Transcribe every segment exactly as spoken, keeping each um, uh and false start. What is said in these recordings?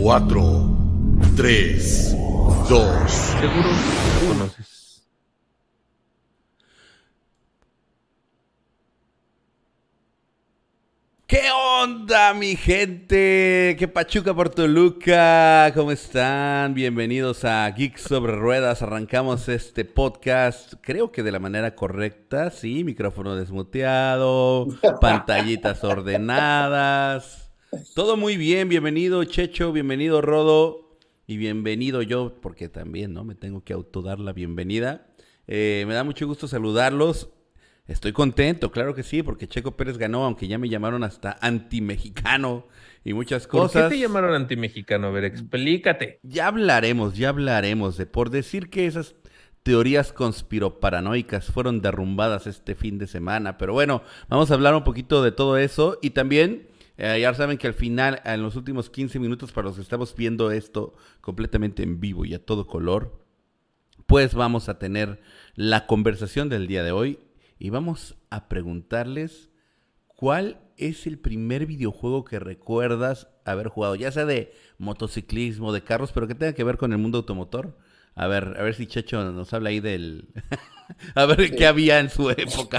cuatro, tres, dos. Seguro lo conoces. ¿Qué onda, mi gente? ¿Qué pachuca por Toluca? ¿Cómo están? Bienvenidos a Geeks sobre Ruedas. Arrancamos este podcast, creo que de la manera correcta, sí, micrófono desmuteado, pantallitas ordenadas, todo muy bien. Bienvenido, Checho, bienvenido, Rodo, y bienvenido yo, porque también, ¿no? Me tengo que autodar la bienvenida. Eh, me da mucho gusto saludarlos. Estoy contento, claro que sí, porque Checo Pérez ganó, aunque ya me llamaron hasta anti-mexicano y muchas ¿Por cosas. qué te llamaron antimexicano? A ver, explícate. Ya hablaremos, ya hablaremos de por decir que esas teorías conspiroparanoicas fueron derrumbadas este fin de semana. Pero bueno, vamos a hablar un poquito de todo eso y también, eh, ya saben que al final, en los últimos quince minutos, para los que estamos viendo esto completamente en vivo y a todo color, pues vamos a tener la conversación del día de hoy. Y vamos a preguntarles cuál es el primer videojuego que recuerdas haber jugado, ya sea de motociclismo, de carros, pero que tenga que ver con el mundo automotor. A ver, a ver si Checho nos habla ahí del... a ver sí. qué había en su época.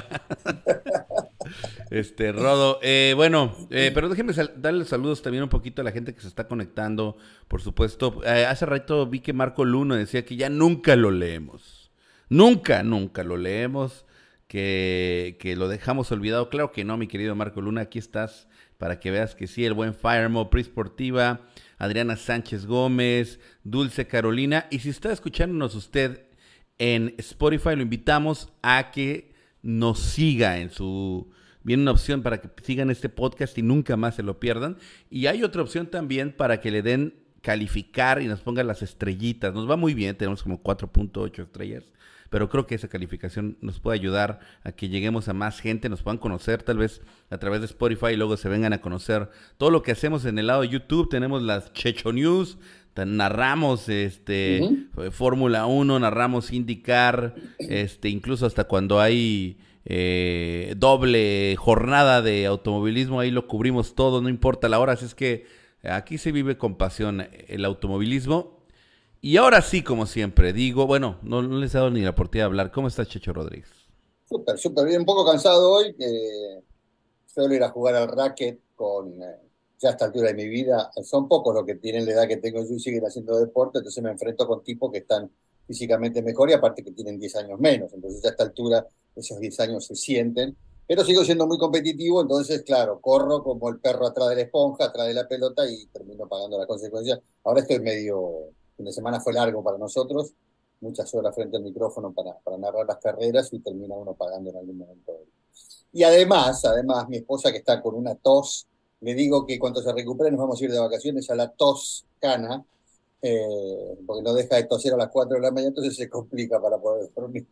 este, Rodo. Eh, bueno, eh, pero déjenme sal- darle saludos también un poquito a la gente que se está conectando, por supuesto. Eh, hace rato vi que Marco Luno decía que ya nunca lo leemos. Nunca, nunca lo leemos. Que, que lo dejamos olvidado. Claro que no, mi querido Marco Luna, aquí estás para que veas que sí, el buen Firemo, Pri Sportiva, Adriana Sánchez Gómez, Dulce Carolina, y si está escuchándonos usted en Spotify, lo invitamos a que nos siga en su... Viene una opción para que sigan este podcast y nunca más se lo pierdan, y hay otra opción también para que le den calificar y nos pongan las estrellitas. Nos va muy bien, tenemos como cuatro punto ocho estrellas, pero creo que esa calificación nos puede ayudar a que lleguemos a más gente, nos puedan conocer tal vez a través de Spotify y luego se vengan a conocer todo lo que hacemos en el lado de YouTube. Tenemos las Checho News, narramos este uh-huh. Fórmula uno, narramos IndyCar, este, incluso hasta cuando hay eh, doble jornada de automovilismo, ahí lo cubrimos todo, no importa la hora, así es que aquí se vive con pasión el automovilismo. Y ahora sí, como siempre, digo, bueno, no, no les he dado ni la oportunidad de hablar. ¿Cómo estás, Checho Rodríguez? Súper, súper bien. Un poco cansado hoy. Eh, suelo ir a jugar al racket con, eh, ya a esta altura de mi vida. Son pocos los que tienen la edad que tengo yo y siguen haciendo deporte, entonces me enfrento con tipos que están físicamente mejor y aparte que tienen diez años menos. Entonces ya a esta altura esos diez años se sienten. Pero sigo siendo muy competitivo, entonces, claro, corro como el perro atrás de la esponja, atrás de la pelota y termino pagando las consecuencias. Ahora estoy medio... El fin de semana fue largo para nosotros, muchas horas frente al micrófono para, para narrar las carreras y termina uno pagando en algún momento. Y además, además, mi esposa que está con una tos, le digo que cuando se recupere nos vamos a ir de vacaciones a la Toscana, eh, porque no deja de toser a las cuatro de la mañana, entonces se complica para poder dormir.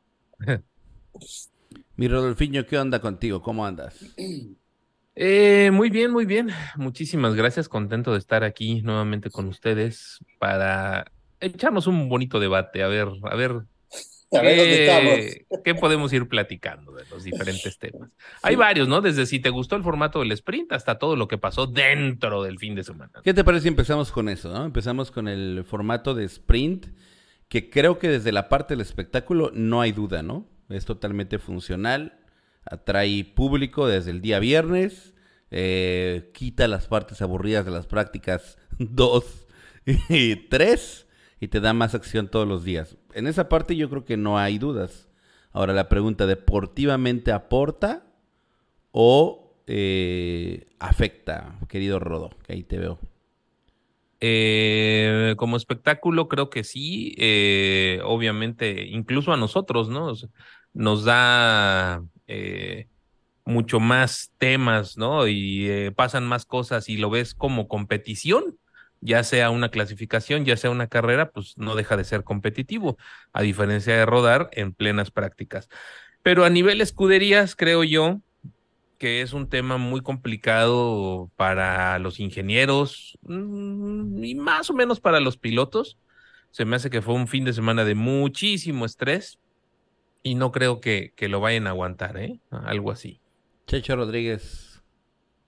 Mi Rodolfiño, ¿qué onda contigo? ¿Cómo andas? Eh, muy bien, muy bien. Muchísimas gracias. Contento de estar aquí nuevamente con ustedes para echarnos un bonito debate. A ver, a ver, a ver dónde qué, estamos. qué podemos ir platicando de los diferentes temas. Sí. Hay varios, ¿no? Desde si te gustó el formato del sprint hasta todo lo que pasó dentro del fin de semana. ¿Qué te parece si empezamos con eso, no? Empezamos con el formato de sprint, que creo que desde la parte del espectáculo no hay duda, ¿no? Es totalmente funcional. Atrae público desde el día viernes, eh, quita las partes aburridas de las prácticas dos y tres y te da más acción todos los días. En esa parte yo creo que no hay dudas. Ahora la pregunta, ¿deportivamente aporta o eh, afecta, querido Rodo? Que ahí te veo. Eh, como espectáculo creo que sí, eh, obviamente incluso a nosotros, ¿no? O sea, nos da... Eh, mucho más temas, ¿no? Y eh, pasan más cosas y lo ves como competición, ya sea una clasificación, ya sea una carrera, pues no deja de ser competitivo, a diferencia de rodar en plenas prácticas. Pero a nivel escuderías, creo yo que es un tema muy complicado para los ingenieros mmm, y más o menos para los pilotos. Se me hace que fue un fin de semana de muchísimo estrés y no creo que, que lo vayan a aguantar, ¿eh? Algo así. Checho Rodríguez.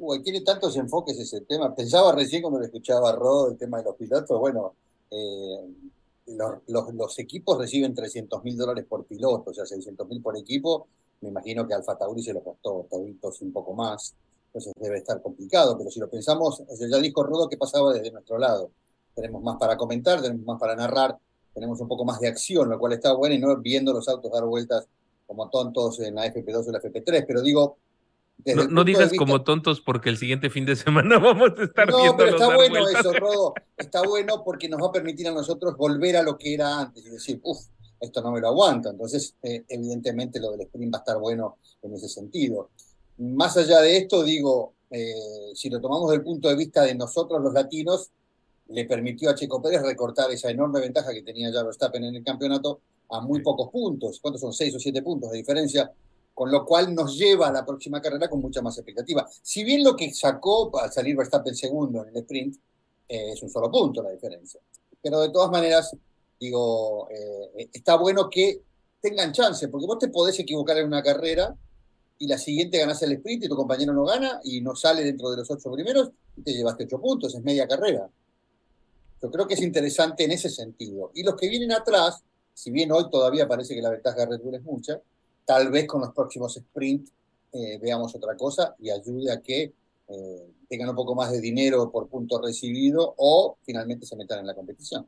Uy, tiene tantos enfoques ese tema. Pensaba recién cuando lo escuchaba a Rodo el tema de los pilotos. Bueno, eh, los, los, los equipos reciben trescientos mil dólares por piloto, o sea, seiscientos mil por equipo. Me imagino que Alfa Tauri se lo costó toditos un poco más. Entonces debe estar complicado, pero si lo pensamos, o sea, ya dijo Rodo que pasaba desde nuestro lado. Tenemos más para comentar, tenemos más para narrar, tenemos un poco más de acción, lo cual está bueno, y no viendo los autos dar vueltas como tontos en la F P dos o la F P tres, pero digo, desde No, el no punto de digas vista... como tontos porque el siguiente fin de semana vamos a estar No, pero viéndolos está dar bueno vueltas. eso, Rodo. Está bueno porque nos va a permitir a nosotros volver a lo que era antes y decir, uff, esto no me lo aguanta. Entonces, eh, evidentemente, lo del sprint va a estar bueno en ese sentido. Más allá de esto, digo, eh, si lo tomamos desde el punto de vista de nosotros los latinos, le permitió a Checo Pérez recortar esa enorme ventaja que tenía ya Verstappen en el campeonato a muy pocos puntos. ¿Cuántos son? Seis o siete puntos de diferencia, con lo cual nos lleva a la próxima carrera con mucha más expectativa. Si bien lo que sacó al salir Verstappen segundo en el sprint eh, es un solo punto la diferencia, pero de todas maneras, digo, eh, está bueno que tengan chance, porque vos te podés equivocar en una carrera y la siguiente ganás el sprint y tu compañero no gana y no sale dentro de los ocho primeros y te llevaste ocho puntos, es media carrera. Yo creo que es interesante en ese sentido. Y los que vienen atrás, si bien hoy todavía parece que la ventaja de Red Bull es mucha, tal vez con los próximos sprint eh, veamos otra cosa y ayude a que eh, tengan un poco más de dinero por punto recibido o finalmente se metan en la competición.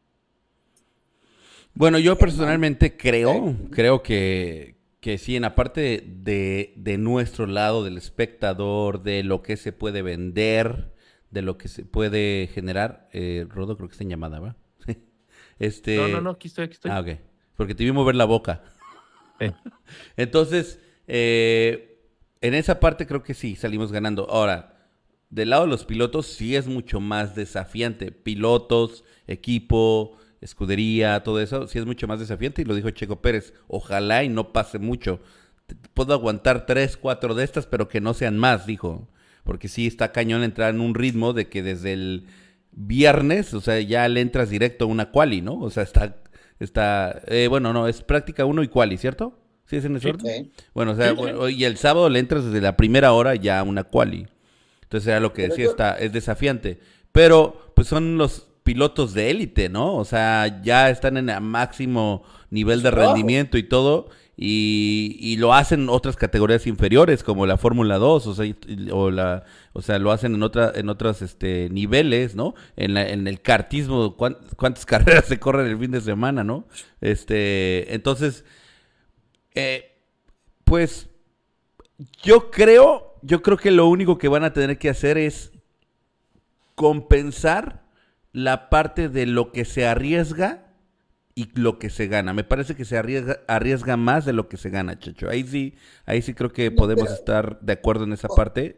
Bueno, yo personalmente creo, Sí. creo que, que sí, en la parte de, de nuestro lado, del espectador, de lo que se puede vender, de lo que se puede generar, eh, Rodo creo que está en llamada, ¿va? Este, No, no, no, aquí estoy, aquí estoy. ah, ok, porque te vi mover la boca. Eh, Entonces, eh, en esa parte creo que sí, salimos ganando. Ahora, del lado de los pilotos sí es mucho más desafiante. Pilotos, equipo, escudería, todo eso, sí es mucho más desafiante. Y lo dijo Checo Pérez, ojalá y no pase mucho. T- Puedo aguantar tres, cuatro de estas, pero que no sean más, dijo. Porque sí está cañón entrar en un ritmo de que desde el viernes, o sea, ya le entras directo a una quali, ¿no? O sea, está, está, eh, bueno, no, es práctica uno y quali, ¿cierto? ¿Sí es en ese Sí. orden? Sí. Bueno, o sea, Sí, sí. bueno, y el sábado le entras desde la primera hora ya a una quali. Entonces era lo que Pero decía, yo- está, es desafiante. Pero, pues son los pilotos de élite, ¿no? O sea, ya están en el máximo nivel de trabajo. rendimiento y todo, y, y lo hacen en otras categorías inferiores, como la Fórmula dos, o sea, y- y- o la, o sea, lo hacen en otra, en otros este, niveles, ¿no? En, la- en el kartismo, ¿cuán- ¿cuántas carreras se corren el fin de semana, ¿no? Este, entonces, eh, pues yo creo, yo creo que lo único que van a tener que hacer es compensar la parte de lo que se arriesga y lo que se gana. Me parece que se arriesga, arriesga más de lo que se gana, Checho. Ahí sí, ahí sí creo que No, podemos pero- estar de acuerdo en esa Oh. parte.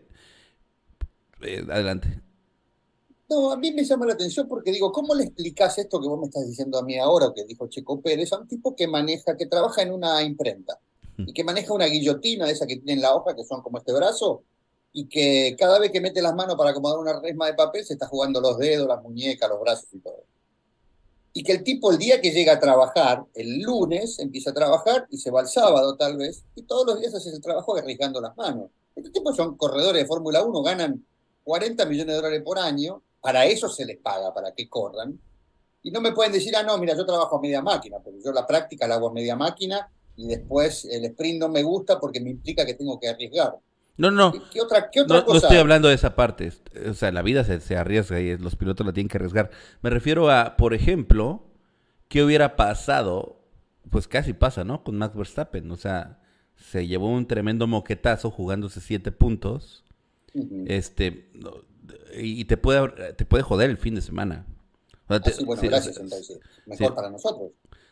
Eh, adelante. No, a mí me llama la atención porque digo, ¿cómo le explicás esto que vos me estás diciendo a mí ahora, o que dijo Checo Pérez, a un tipo que maneja, que trabaja en una imprenta y que maneja una guillotina de esa que tiene en la hoja, que son como este brazo, y que cada vez que mete las manos para acomodar una resma de papel se está jugando los dedos, las muñecas, los brazos y todo? Y que el tipo el día que llega a trabajar, el lunes empieza a trabajar y se va el sábado tal vez, y todos los días hace el trabajo arriesgando las manos. Estos tipos son corredores de Fórmula uno, ganan cuarenta millones de dólares por año, para eso se les paga, para que corran. Y no me pueden decir, ah, no, mira, yo trabajo a media máquina, porque yo la práctica la hago a media máquina y después el sprint no me gusta porque me implica que tengo que arriesgar. No, no, ¿Qué, qué otra, qué otra no, no cosa estoy hay? hablando de esa parte. Es- O sea, la vida se, se arriesga y los pilotos la tienen que arriesgar. Me refiero a, por ejemplo, ¿qué hubiera pasado? Pues casi pasa, ¿no? Con Max Verstappen. O sea, se llevó un tremendo moquetazo jugándose siete puntos. Ujú. Este, no, y te puede, te puede joder el fin de semana. O sea, Ah, te- sí, bueno, sí, o gracias, sea, entonces. Mejor sí. para nosotros.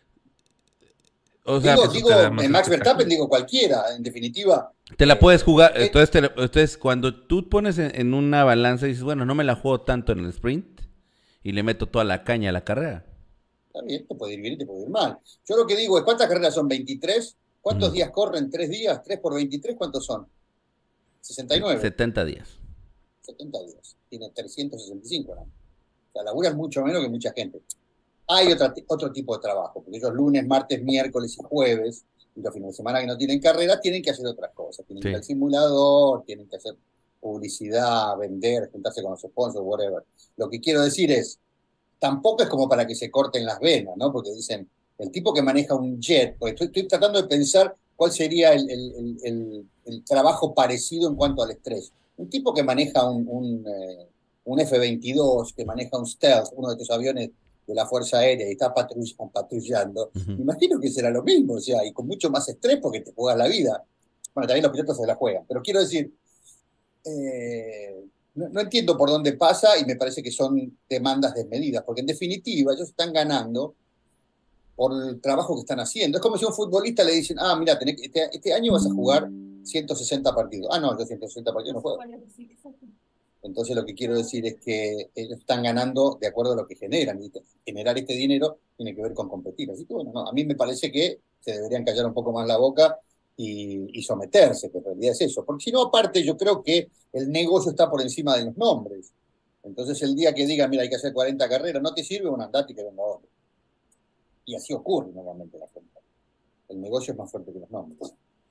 O sea, Digo, eso digo, te da más en Max espectáculo. Verstappen, digo cualquiera, en definitiva. te la eh, puedes jugar. eh, Entonces, te la- entonces, cuando tú pones en, en una balanza y dices, bueno, no me la juego tanto en el sprint y le meto toda la caña a la carrera. Está bien, te puede ir bien y te puede ir mal. Yo lo que digo es, ¿cuántas carreras son? ¿veintitrés? ¿Cuántos Ujú. días corren? ¿Tres días? ¿Tres por veintitrés? ¿Cuántos son? sesenta y nueve. setenta días. setenta días. Tiene trescientos sesenta y cinco, ¿no? O sea, laburan mucho menos que mucha gente. Hay otra, otro tipo de trabajo, porque ellos lunes, martes, miércoles y jueves, y los fines de semana que no tienen carrera, tienen que hacer otras cosas. Tienen que ir Sí. al simulador, tienen que hacer publicidad, vender, juntarse con los sponsors, whatever. Lo que quiero decir es, tampoco es como para que se corten las venas, ¿no? Porque dicen, el tipo que maneja un jet, porque estoy, estoy tratando de pensar cuál sería el, el, el, el, el trabajo parecido en cuanto al estrés. Un tipo que maneja un, un, eh, un F veintidós, que maneja un Stealth, uno de estos aviones de la Fuerza Aérea, y está patrull- patrullando, Ujú. me imagino que será lo mismo, o sea, y con mucho más estrés porque te juegas la vida. Bueno, también los pilotos se la juegan, pero quiero decir, eh, no, no entiendo por dónde pasa y me parece que son demandas desmedidas, porque en definitiva ellos están ganando por el trabajo que están haciendo. Es como si a un futbolista le dicen, ah, mira, tenés, este, este año vas a jugar ciento sesenta partidos. Ah, no, yo ciento sesenta partidos no juego. Entonces lo que quiero decir es que ellos están ganando de acuerdo a lo que generan, y generar este dinero tiene que ver con competir. Así que bueno, no, a mí me parece que se deberían callar un poco más la boca y, y someterse, que en realidad es eso. Porque si no, aparte, yo creo que el negocio está por encima de los nombres. Entonces el día que digan, mira, hay que hacer cuarenta carreras, no te sirve, un andate y que venga otro. Y así ocurre normalmente la gente. El negocio es más fuerte que los nombres.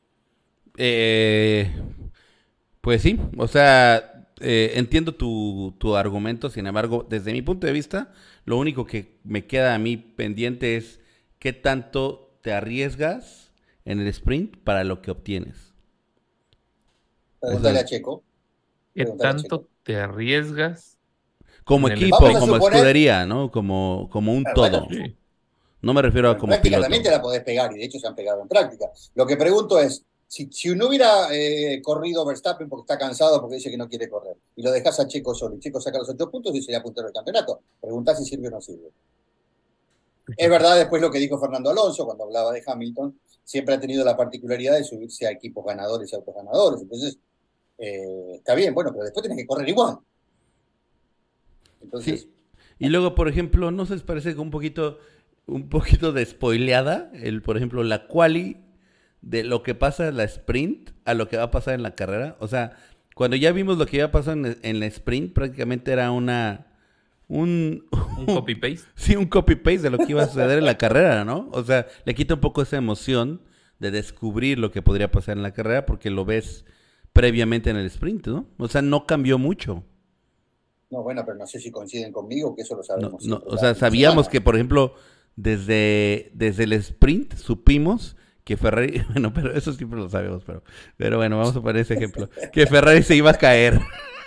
Eh, pues sí, o sea, eh, entiendo tu, tu argumento, sin embargo, desde mi punto de vista, lo único que me queda a mí pendiente es qué tanto te arriesgas en el sprint para lo que obtienes. Preguntale Eso- a Checo. ¿Qué Preguntale a Checo. tanto te arriesgas Como en el equipo, Vamos a como suponer- escudería, ¿no? Como, como un Ah, todo. bueno, Sí. No me refiero a en como práctica piloto. también te la podés pegar, y de hecho se han pegado en práctica. Lo que pregunto es, si, si no hubiera eh, corrido Verstappen porque está cansado, porque dice que no quiere correr, y lo dejas a Checo solo, y Checo saca los ocho puntos y sería puntero del campeonato, preguntá si sirve o no sirve. Es verdad después lo que dijo Fernando Alonso cuando hablaba de Hamilton, siempre ha tenido la particularidad de subirse a equipos ganadores y autos ganadores, entonces eh, está bien, bueno, pero después tenés que correr igual. Entonces, Sí. Y luego, por ejemplo, ¿no se les parece que un poquito, un poquito de spoileada? El, por ejemplo, la quali de lo que pasa en la sprint a lo que va a pasar en la carrera. O sea, cuando ya vimos lo que iba a pasar en, en la sprint, prácticamente era una... Un, Un copy-paste. sí, un copy-paste de lo que iba a suceder en la carrera, ¿no? O sea, le quita un poco esa emoción de descubrir lo que podría pasar en la carrera porque lo ves previamente en el sprint, ¿no? O sea, no cambió mucho. no, bueno, pero no sé si coinciden conmigo, que eso lo No, sabemos. no, siempre o la sea, misma sabíamos semana. que, por ejemplo, desde, desde el sprint supimos que Ferrari, bueno, pero eso siempre lo sabemos, pero, pero bueno, vamos a poner ese ejemplo, que Ferrari se iba a caer.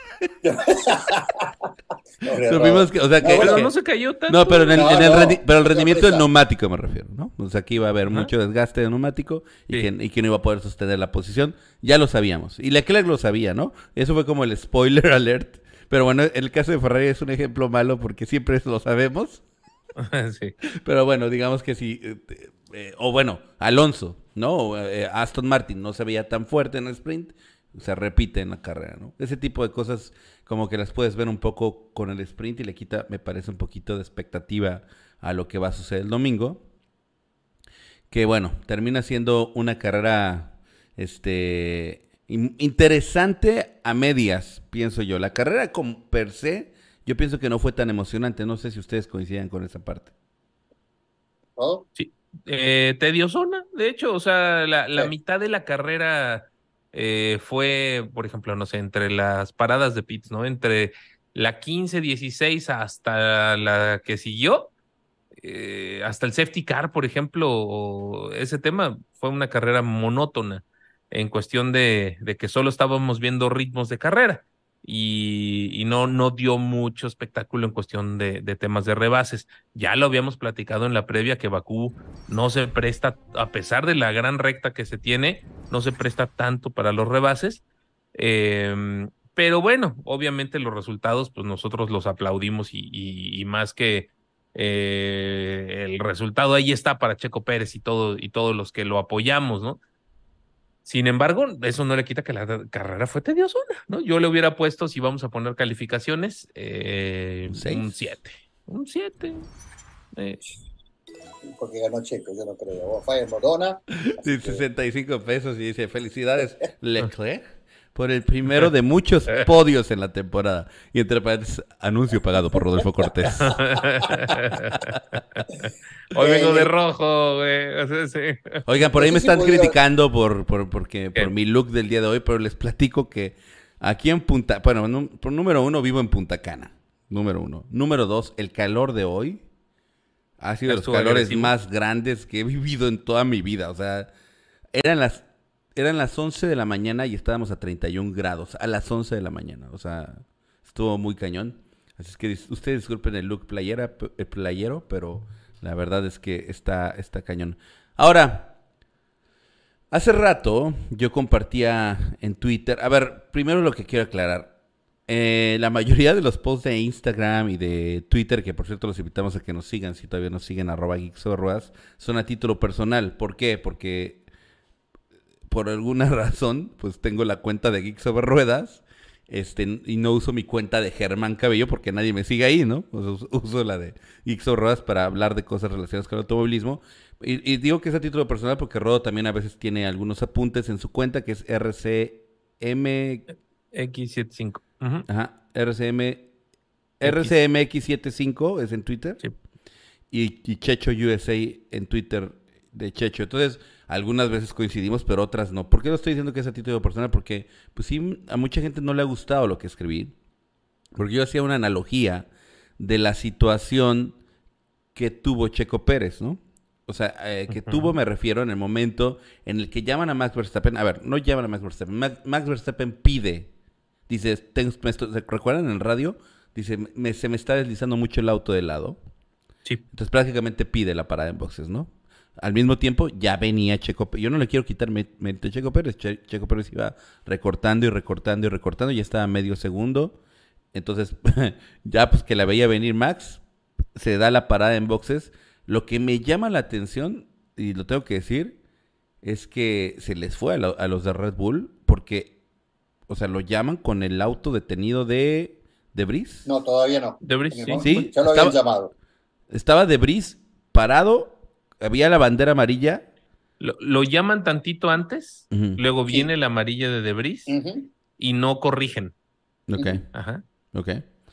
Pobre Supimos Rob. que, o sea, No, que, bueno, Pero que- no se cayó tanto. no, pero en el, No, en el no, rendi- pero el qué rendimiento sorpresa. del neumático me refiero, ¿no? O sea, que iba a haber Ajá. mucho desgaste de neumático y, Sí. que, y que no iba a poder sostener la posición. Ya lo sabíamos. Y Leclerc lo sabía, ¿no? Eso fue como el spoiler alert. Pero bueno, el caso de Ferrari es un ejemplo malo porque siempre lo sabemos. Sí. Pero bueno, digamos que sí. eh, eh, o bueno, Alonso, ¿no? Eh, Aston Martin no se veía tan fuerte en el sprint. Se repite en la carrera, ¿no? Ese tipo de cosas como que las puedes ver un poco con el sprint y le quita, me parece, un poquito de expectativa a lo que va a suceder el domingo. Que bueno, termina siendo una carrera este in- interesante a medias, pienso yo. La carrera con per se, yo pienso que no fue tan emocionante. No sé si ustedes coinciden con esa parte. ¿No? Sí. Eh, tediosona, de hecho, o sea, la, la Sí. mitad de la carrera eh, fue, por ejemplo, no sé, entre las paradas de pits, ¿no? Entre la quince, dieciséis hasta la que siguió, eh, hasta el safety car, por ejemplo, o ese tema fue una carrera monótona en cuestión de, de que solo estábamos viendo ritmos de carrera y, y no, no dio mucho espectáculo en cuestión de, de temas de rebases. Ya lo habíamos platicado en la previa que Bakú no se presta, a pesar de la gran recta que se tiene, no se presta tanto para los rebases. Eh, pero bueno, obviamente los resultados, pues nosotros los aplaudimos y, y, y más que eh, el resultado ahí está para Checo Pérez y todo y todos los que lo apoyamos, ¿no? Sin embargo, eso no le quita que la carrera fue tediosona, ¿no? Yo le hubiera puesto, si vamos a poner calificaciones, eh, ¿Un seis? un siete. Un siete. Eh, Porque ganó Checo, yo no creo. O fue en Modona. Sí, sesenta y cinco pesos y dice, felicidades Leclerc por el primero de muchos podios en la temporada. Y entre paréntesis, anuncio pagado por Rodolfo Cortés. Hoy vengo de rojo, güey. O sea, sí. Oigan, por ahí No me sé si están podría- criticando por, por, porque, ¿Qué? por mi look del día de hoy, pero les platico que Aquí en Punta... Bueno, nú- por número uno, vivo en Punta Cana. Número uno. Número dos, el calor de hoy ha sido de los Estuvo calores agresivo. más grandes que he vivido en toda mi vida. O sea, eran las, eran las once de la mañana y estábamos a treinta y un grados. A las once de la mañana. O sea, estuvo muy cañón. Así es que dis- ustedes disculpen el look playera, p- el playero, pero la verdad es que está, está cañón. Ahora, hace rato yo compartía en Twitter. A ver, primero lo que quiero aclarar. Eh, la mayoría de los posts de Instagram y de Twitter, que por cierto los invitamos a que nos sigan, si todavía nos siguen, arroba Geeks Over Ruedas, son a título personal. ¿Por qué? Porque por alguna razón, pues tengo la cuenta de Geeks Over Ruedas, este, y no uso mi cuenta de Germán Cabello porque nadie me sigue ahí, ¿no? O sea, uso, uso la de Geeks Over Ruedas para hablar de cosas relacionadas con el automovilismo. Y, y digo que es a título personal porque Rodo también a veces tiene algunos apuntes en su cuenta, que es R C M... X setenta y cinco. Ujú. Ajá, R C M... R C M X setenta y cinco es en Twitter. Sí. Y, y Checho U S A en Twitter de Checho. Entonces, algunas veces coincidimos, pero otras no. ¿Por qué lo estoy diciendo que es a título personal? Porque, pues sí, a mucha gente no le ha gustado lo que escribí. Porque yo hacía una analogía de la situación que tuvo Checo Pérez, ¿no? O sea, eh, que Ujú. tuvo, me refiero, en el momento en el que llaman a Max Verstappen. A ver, no llaman a Max Verstappen. Max, Max Verstappen pide. Dice, tengo, me estoy- ¿se recuerdan en el radio? Dice, me- se me está deslizando mucho el auto de lado. Sí. Entonces prácticamente pide la parada en boxes, ¿no? Al mismo tiempo ya venía Checo Pérez. Yo no le quiero quitar mé- mérito a Checo Pérez. Che- Checo Pérez iba recortando y recortando y recortando. Ya estaba a medio segundo. Entonces, ya pues que la veía venir Max, se da la parada en boxes. Lo que me llama la atención, y lo tengo que decir, es que se les fue a, lo- a los de Red Bull porque, o sea, lo llaman con el auto detenido de, de Brice. No, todavía no. De Brice, En el sí. momento- Sí, Ya lo estaba- habían llamado. Estaba de Brice parado, había la bandera amarilla. Lo, lo llaman tantito antes, Ujú. luego Sí. viene la amarilla de Debris Ujú. y no corrigen. Ok, Ujú. Ajá. ok.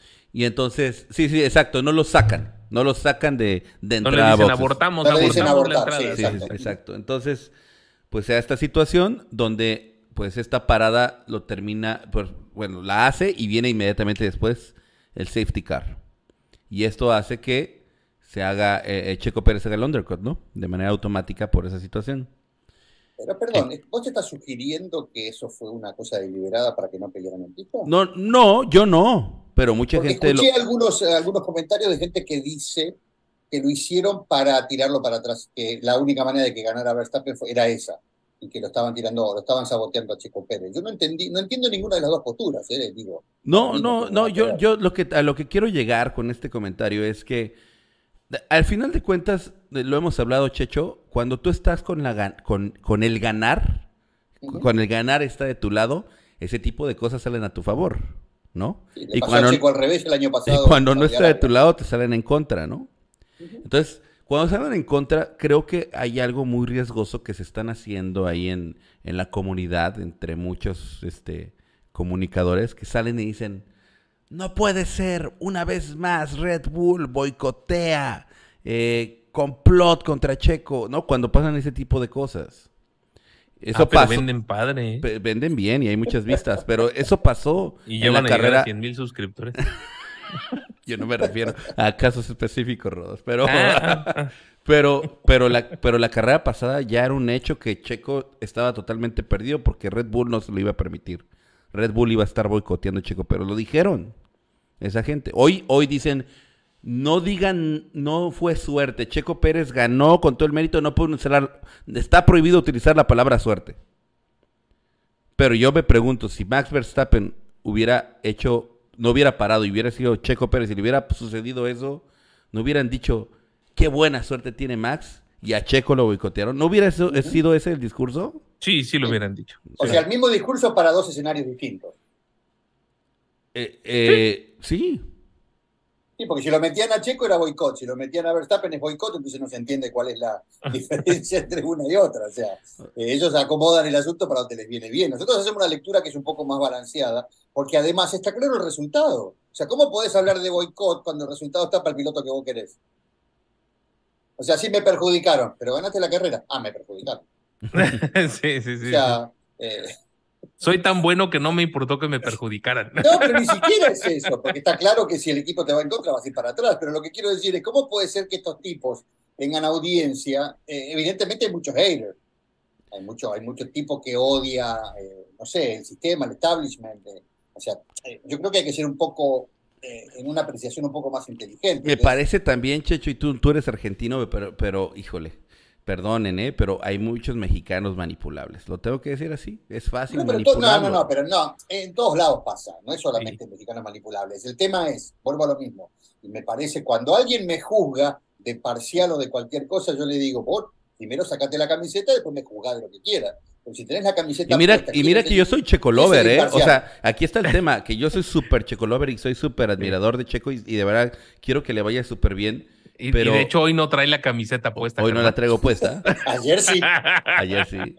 Y entonces, sí, sí, exacto, no lo sacan, no lo sacan de, de No le entrada a dicen boxes. abortamos, No le dicen abortamos la abortar, sí, entrada. Sí, sí, sí, Exacto. exacto. Entonces, pues se da esta situación donde, pues esta parada lo termina, pues, bueno, la hace y viene inmediatamente después el safety car. Y esto hace que se haga, eh, eh, Checo Pérez haga el undercut, ¿no? De manera automática por esa situación. Pero perdón, ¿vos te estás sugiriendo que eso fue una cosa deliberada para que no pelearan el tipo? No, no, yo no, pero mucha Porque gente lo... escuché algunos, algunos comentarios de gente que dice que lo hicieron para tirarlo para atrás, que la única manera de que ganara Verstappen fue- era esa, y que lo estaban tirando, lo estaban saboteando a Checo Pérez. Yo no entendí, no entiendo ninguna de las dos posturas, eh, digo. No, Para mí no, tiene no, nada que yo, ver. yo lo que, a lo que quiero llegar con este comentario es que de- al final de cuentas, de- lo hemos hablado, Checho, cuando tú estás con, la, gan- con, con el ganar, Ujú. cuando el ganar está de tu lado, ese tipo de cosas salen a tu favor, ¿no? Sí, le Y pasó cuando, a Checo al revés el año y pasado. cuando en no Saudi está de tu Arabia. lado, te salen en contra, ¿no? Ujú. Entonces, cuando salen en contra, creo que hay algo muy riesgoso que se están haciendo ahí en, en la comunidad, entre muchos este, comunicadores, que salen y dicen, no puede ser, una vez más Red Bull boicotea, eh, complot contra Checo, ¿no? Cuando pasan ese tipo de cosas. Eso Ah, pero pasó. venden padre, ¿eh? Pe- Venden bien y hay muchas vistas, pero eso pasó Y en ya la van a llegar carrera. a cien mil suscriptores. Yo no me refiero a casos específicos, Rodos, pero, Ah, ah, ah. pero, pero, la, pero la carrera pasada ya era un hecho que Checo estaba totalmente perdido porque Red Bull no se lo iba a permitir. Red Bull iba a estar boicoteando a Checo, pero lo dijeron esa gente. Hoy, hoy dicen, no digan, no fue suerte. Checo Pérez ganó con todo el mérito, no pueden usar, está prohibido utilizar la palabra suerte. Pero yo me pregunto, si Max Verstappen hubiera hecho, no hubiera parado y hubiera sido Checo Pérez y le hubiera sucedido eso, no hubieran dicho, qué buena suerte tiene Max y a Checo lo boicotearon. ¿No hubiera eso- sido ese el discurso? Sí, sí lo hubieran dicho. O sea, el mismo discurso para dos escenarios distintos. Eh, eh, sí. Sí, porque si lo metían a Checo era boicot, si lo metían a Verstappen es boicot, entonces no se entiende cuál es la diferencia entre una y otra. O sea, eh, ellos acomodan el asunto para donde les viene bien. Nosotros hacemos una lectura que es un poco más balanceada, porque además está claro el resultado. O sea, ¿cómo podés hablar de boicot cuando el resultado está para el piloto que vos querés? O sea, sí me perjudicaron, pero ganaste la carrera. Ah, me perjudicaron. Sí, sí, sí. O sea, eh, soy tan bueno que no me importó que me perjudicaran. No, pero ni siquiera es eso, porque está claro que si el equipo te va en contra vas a ir para atrás, pero lo que quiero decir es cómo puede ser que estos tipos tengan audiencia. Eh, evidentemente hay muchos haters, hay mucho, hay mucho tipo que odia, eh, no sé, el sistema, el establishment, eh, o sea, eh, yo creo que hay que ser un poco, eh, en una apreciación un poco más inteligente. Me Entonces, parece también, Checho, y tú, tú eres argentino, pero, pero, híjole, perdonen, ¿eh? Pero hay muchos mexicanos manipulables. Lo tengo que decir así. Es fácil no, pero to- no, no, manipularlo. no, pero no, en todos lados pasa, no es solamente Sí. mexicanos manipulables. El tema es, vuelvo a lo mismo, y me parece, cuando alguien me juzga de parcial o de cualquier cosa, yo le digo, vos primero sacate la camiseta y después me juzgás de lo que quieras. Pero si tenés la camiseta Y mira, puesta, y mira ¿quién que es yo el- soy Checo quién es el lover, ¿eh? O imparcial? sea, aquí está el tema, que yo soy súper Checo lover y soy súper admirador de Checo y, y de verdad quiero que le vaya súper bien, Y, pero y de hecho hoy no trae la camiseta puesta. hoy no la Germán. traigo puesta. Ayer sí. Ayer sí.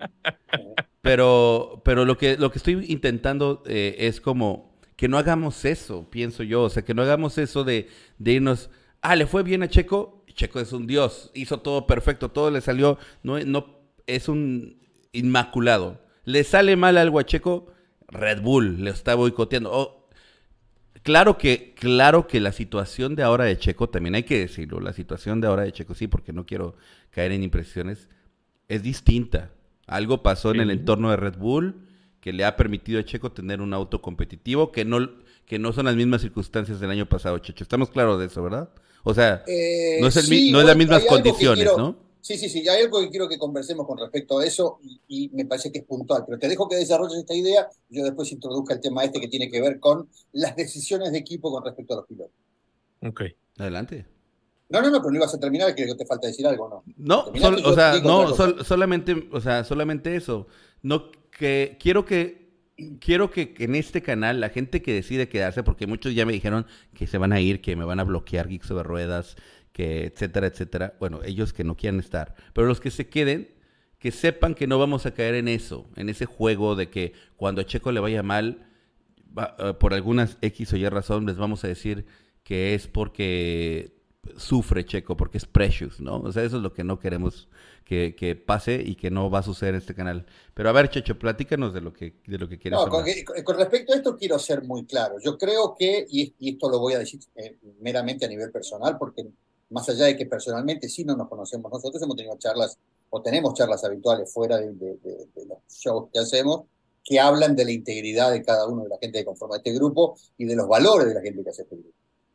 Pero, pero lo que, lo que estoy intentando eh, es como que no hagamos eso, pienso yo. O sea, que no hagamos eso de, de irnos, ah, le fue bien a Checo, Checo es un dios, hizo todo perfecto, todo le salió, no, no es un inmaculado. Le sale mal algo a Checo, Red Bull le está boicoteando. Oh, claro que, claro que la situación de ahora de Checo, también hay que decirlo, la situación de ahora de Checo, sí, porque no quiero caer en impresiones, es distinta. Algo pasó en el Sí. entorno de Red Bull que le ha permitido a Checo tener un auto competitivo que no, que no son las mismas circunstancias del año pasado, Checho. Estamos claros de eso, ¿verdad? O sea, Eh, no es, el, mi- sí, no es las bueno, mismas hay algo que condiciones, quiero- ¿no? Sí, sí, sí, hay algo que quiero que conversemos con respecto a eso y, y me parece que es puntual, pero te dejo que desarrolles esta idea y yo después introduzca el tema este que tiene que ver con las decisiones de equipo con respecto a los pilotos. Ok. Adelante. No, no, no, pero no ibas a terminar, creo que te falta decir algo, ¿no? No, Terminaste, sol- yo o sea, digo no, otra cosa. sol- solamente, o sea, solamente eso. No, que quiero que, quiero que, que en este canal la gente que decide quedarse, porque muchos ya me dijeron que se van a ir, que me van a bloquear Geeks sobre ruedas, que etcétera, etcétera. Bueno, ellos que no quieran estar, pero los que se queden, que sepan que no vamos a caer en eso, en ese juego de que cuando a Checo le vaya mal, va- eh, por algunas X o Y razón, les vamos a decir que es porque sufre Checo, porque es precious, ¿no? O sea, eso es lo que no queremos que, que pase y que no va a suceder en este canal. Pero a ver, Checho, platícanos de lo que, de lo que quieres No, hablar. con, con- con respecto a esto quiero ser muy claro. Yo creo que, y, y esto lo voy a decir eh, meramente a nivel personal, porque más allá de que personalmente sí no nos conocemos, nosotros hemos tenido charlas o tenemos charlas habituales fuera de, de- de- de los shows que hacemos, que hablan de la integridad de cada uno de la gente que conforma este grupo y de los valores de la gente que hace este grupo.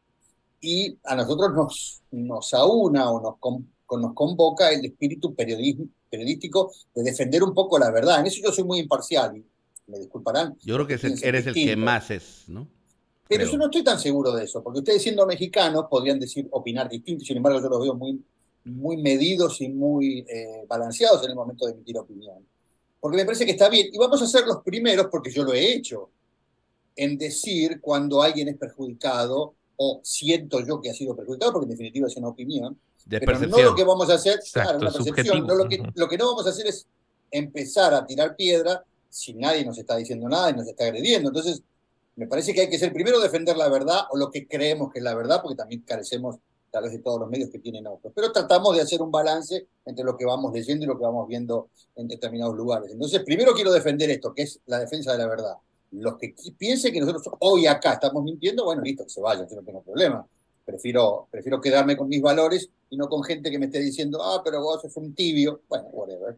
Y a nosotros nos, nos aúna o nos, con- con- nos convoca el espíritu periodismo, periodístico de defender un poco la verdad. En eso yo soy muy imparcial y me disculparán. Yo creo los que es el- piensen eres el que distinto. más es, ¿no? Pero Creo. yo no estoy tan seguro de eso, porque ustedes siendo mexicanos podrían decir, opinar distinto, sin embargo yo los veo muy, muy medidos y muy eh, balanceados en el momento de emitir opinión. Porque me parece que está bien. Y vamos a ser los primeros, porque yo lo he hecho, en decir cuando alguien es perjudicado o siento yo que ha sido perjudicado, porque en definitiva es una opinión, De pero no percepción. lo que vamos a hacer, Exacto, claro, una es percepción, subjetivo. no lo, que, Ujú. lo que no vamos a hacer es empezar a tirar piedra si nadie nos está diciendo nada y nos está agrediendo. Entonces, me parece que hay que ser primero defender la verdad o lo que creemos que es la verdad, porque también carecemos tal vez de todos los medios que tienen autos. Pero tratamos de hacer un balance entre lo que vamos leyendo y lo que vamos viendo en determinados lugares. Entonces, primero quiero defender esto, que es la defensa de la verdad. Los que piensen que nosotros hoy acá estamos mintiendo, bueno, listo, que se vayan, yo no tengo problema. Prefiero, prefiero quedarme con mis valores y no con gente que me esté diciendo, ah, pero vos sos un tibio. Bueno, whatever.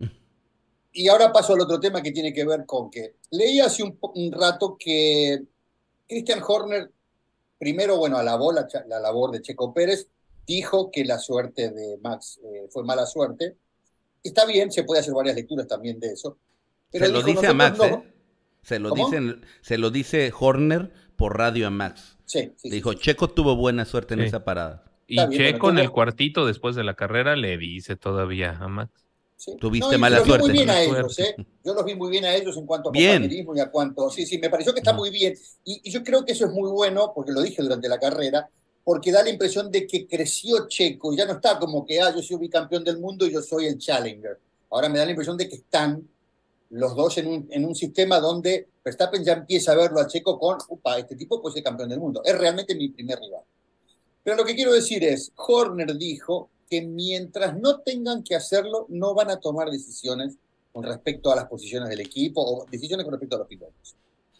Y ahora paso al otro tema que tiene que ver con que leí hace un, un rato que Christian Horner, primero, bueno, alabó la, la labor de Checo Pérez, dijo que la suerte de Max eh, fue mala suerte. Está bien, se puede hacer varias lecturas también de eso. Pero Se lo dijo, dice a Max, no... ¿eh? Se lo, ¿Cómo? dicen, se lo dice Horner por radio a Max. Sí, sí, Le dijo, sí, sí. Checo tuvo buena suerte en Sí. esa parada. Y Está bien, Checo bueno, en tuvo- el cuartito después de la carrera le dice todavía a Max. Sí. Tuviste y mala los vi suerte. muy bien a Mala ellos, suerte. ¿eh? Yo los vi muy bien a ellos en cuanto a Bien. compañerismo y a cuanto... Sí, sí, me pareció que está Ujú. muy bien. Y, y yo creo que eso es muy bueno, porque lo dije durante la carrera, porque da la impresión de que creció Checo, y ya no está como que, ah, yo soy bicampeón del mundo y yo soy el Challenger. Ahora me da la impresión de que están los dos en un, en un sistema donde Verstappen ya empieza a verlo a Checo con, upa, este tipo puede ser campeón del mundo. Es realmente mi primer rival. Pero lo que quiero decir es, Horner dijo que mientras no tengan que hacerlo, no van a tomar decisiones con respecto a las posiciones del equipo o decisiones con respecto a los pilotos.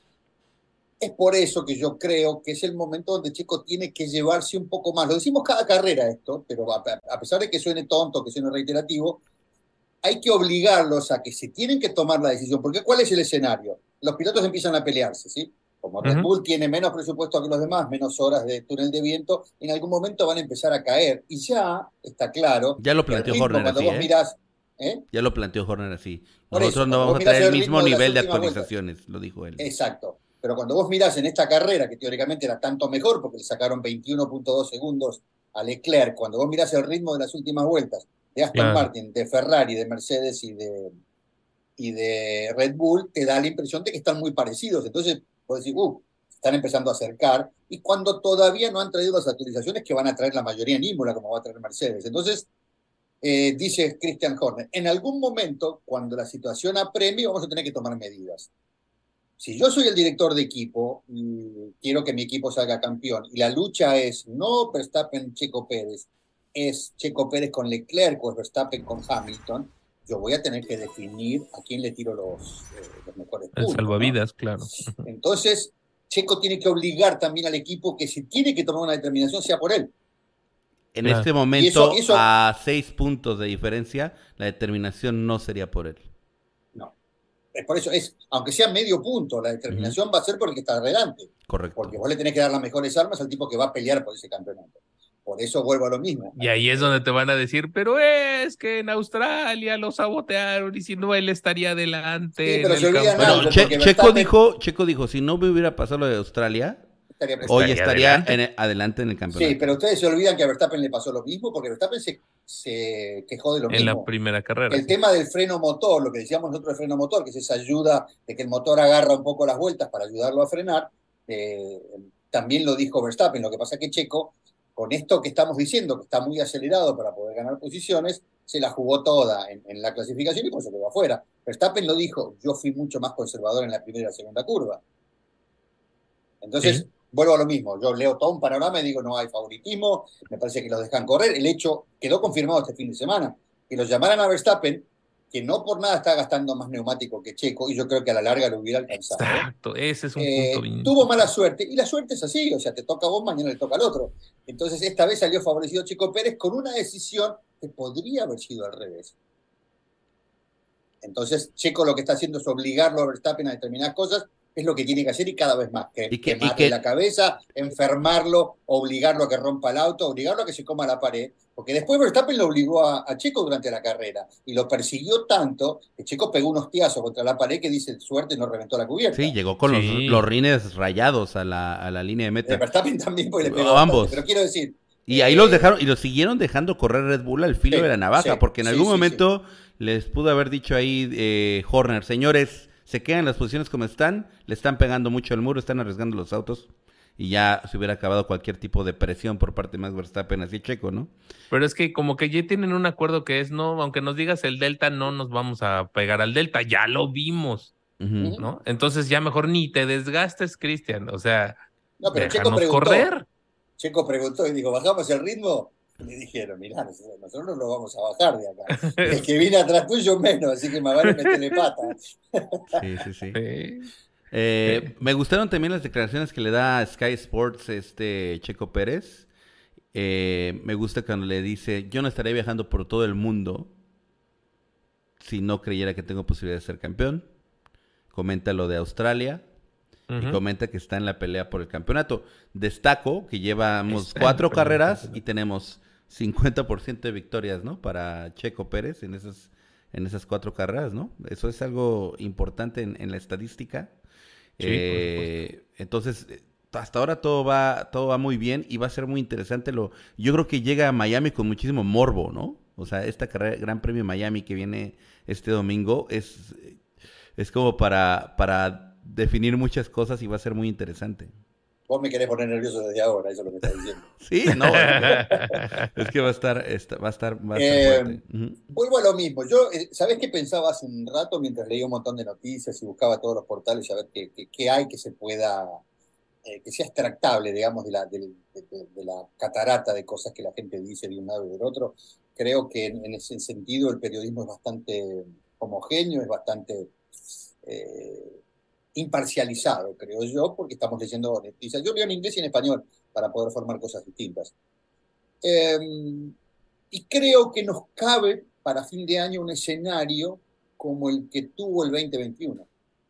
Es por eso que yo creo que es el momento donde Checo tiene que llevarse un poco más. Lo decimos cada carrera esto, pero a, a pesar de que suene tonto, que suene reiterativo, hay que obligarlos a que se tienen que tomar la decisión. Porque ¿cuál es el escenario? Los pilotos empiezan a pelearse, ¿sí? Como Red Ujú. Bull tiene menos presupuesto que los demás, menos horas de túnel de viento, en algún momento van a empezar a caer. Y ya está claro Ya lo que el planteó ritmo, Horner cuando así, vos ¿eh? mirás, ¿eh? Ya lo planteó Horner así. Por Nosotros eso, no cuando vamos vos a mirás traer el el mismo ritmo de las nivel de últimas vueltas, actualizaciones, lo dijo él. exacto. Pero cuando vos mirás en esta carrera, que teóricamente era tanto mejor, porque le sacaron veintiuno punto dos segundos a Leclerc, cuando vos mirás el ritmo de las últimas vueltas de Aston Claro. Martin, de Ferrari, de Mercedes y de, y de Red Bull, te da la impresión de que están muy parecidos. Entonces, vos decís, uh, están empezando a acercar. Y cuando todavía no han traído las actualizaciones que van a traer la mayoría en Imola, como va a traer Mercedes. Entonces, eh, dice Christian Horner, en algún momento, cuando la situación apremie, vamos a tener que tomar medidas. Si yo soy el director de equipo y quiero que mi equipo salga campeón y la lucha es no Verstappen-Checo Pérez, es Checo Pérez con Leclerc o es Verstappen con Hamilton, yo voy a tener que definir a quién le tiro los, eh, los mejores El puntos, ¿no? salvavidas, claro. Entonces, Checo tiene que obligar también al equipo que si tiene que tomar una determinación sea por él. En Claro. este Y eso, momento, eso a seis puntos de diferencia, la determinación no sería por él. no. Es por eso es, aunque sea medio punto, la determinación va a ser por el que está adelante. Correcto. Porque vos le tenés que dar las mejores armas al tipo que va a pelear por ese campeonato. Por eso vuelvo a lo mismo. Y ahí es donde te van a decir, pero es que en Australia lo sabotearon y si no él estaría adelante Sí, en pero el se olvidan campeonato. algo, Bueno, Che- porque Checo Verstappen dijo, Checo dijo, si no me hubiera pasado lo de Australia, estaría hoy presente. estaría adelante. en el- adelante en el campeonato. Sí, pero ustedes se olvidan que a Verstappen le pasó lo mismo, porque Verstappen se, se quejó de lo En la mismo. primera carrera. El sí. tema del freno motor, lo que decíamos nosotros del freno motor, que es esa ayuda de que el motor agarra un poco las vueltas para ayudarlo a frenar, eh, también lo dijo Verstappen. Lo que pasa es que Checo, con esto que estamos diciendo, que está muy acelerado para poder ganar posiciones, se la jugó toda en, en la clasificación y por eso quedó afuera. Verstappen lo dijo, yo fui mucho más conservador en la primera y la segunda curva. Entonces, Sí. vuelvo a lo mismo. Yo leo todo un panorama y digo, no hay favoritismo, me parece que los dejan correr. El hecho quedó confirmado este fin de semana, que los llamaran a Verstappen, que no por nada está gastando más neumático que Checo, y yo creo que a la larga lo hubiera alcanzado. Exacto, ese es un Eh, punto bien. tuvo mala suerte, y la suerte es así, o sea, te toca a vos, mañana le toca al otro. Entonces, esta vez salió favorecido Checo Pérez con una decisión que podría haber sido al revés. Entonces, Checo lo que está haciendo es obligarlo a Verstappen a determinadas cosas, es lo que tiene que hacer y cada vez más, que, Y que- que y mate que- la cabeza, enfermarlo, obligarlo a que rompa el auto, obligarlo a que se coma la pared, porque después Verstappen lo obligó a, a Checo durante la carrera y lo persiguió tanto que Checo pegó unos tiazos contra la pared que dice, suerte, no reventó la cubierta. Sí, llegó con Sí. los, los rines rayados a la, a la línea de Eh, meta. Verstappen también porque le A pegó bastante, ambos. pero quiero decir... Y ahí eh, los dejaron, y los siguieron dejando correr Red Bull al filo Sí, de la navaja, sí, porque en sí, algún sí, momento les pudo haber dicho ahí eh, Horner, señores, se quedan las posiciones como están, le están pegando mucho al muro, están arriesgando los autos, y ya se hubiera acabado cualquier tipo de presión por parte de Max Verstappen hacia Checo, ¿no? Pero es que como que ya tienen un acuerdo que es, no, aunque nos digas el Delta, no nos vamos a pegar al Delta, ya lo vimos, Ujú. ¿no? Entonces ya mejor ni te desgastes, Cristian, o sea, No, pero Checo déjanos preguntó, correr. Checo preguntó y dijo, ¿bajamos el ritmo? Y le dijeron, mirá, nosotros, nosotros no lo vamos a bajar de acá. Y el que viene atrás tuyo menos, así que más vale meterle pata. Sí, sí, sí. Sí. Eh, Sí. me gustaron también las declaraciones que le da a Sky Sports este Checo Pérez. Eh, me gusta cuando le dice, yo no estaré viajando por todo el mundo si no creyera que tengo posibilidad de ser campeón. Comenta lo de Australia y Ujú. comenta que está en la pelea por el campeonato. Destaco que llevamos Está en la cuatro pelea por el carreras campeonato. y tenemos cincuenta por ciento de victorias, ¿no? Para Checo Pérez en esas, en esas cuatro carreras, ¿no? Eso es algo importante en, en la estadística. Sí, por Eh, entonces, eh, hasta ahora todo va, todo va muy bien y va a ser muy interesante. Lo, yo creo que llega a Miami con muchísimo morbo, ¿no? O sea, esta carrera, Gran Premio Miami que viene este domingo es, es como para, para definir muchas cosas y va a ser muy interesante. Vos me querés poner nervioso desde ahora, eso es lo que estás diciendo. Sí, no, es que, es que va a estar, esta- va a estar, va a estar Eh, fuerte. Ujú. Vuelvo a lo mismo. Yo, eh, ¿sabés qué pensaba hace un rato mientras leía un montón de noticias y buscaba todos los portales a ver qué, qué, qué hay que se pueda, eh, que sea extractable, digamos, de la, del- de, de- de la catarata de cosas que la gente dice de un lado y del otro? Creo que en, en ese sentido el periodismo es bastante homogéneo, es bastante eh, imparcializado, creo yo, porque estamos leyendo noticias. Yo leo en inglés y en español para poder formar cosas distintas. Eh, y creo que nos cabe para fin de año un escenario como el que tuvo el veinte veintiuno.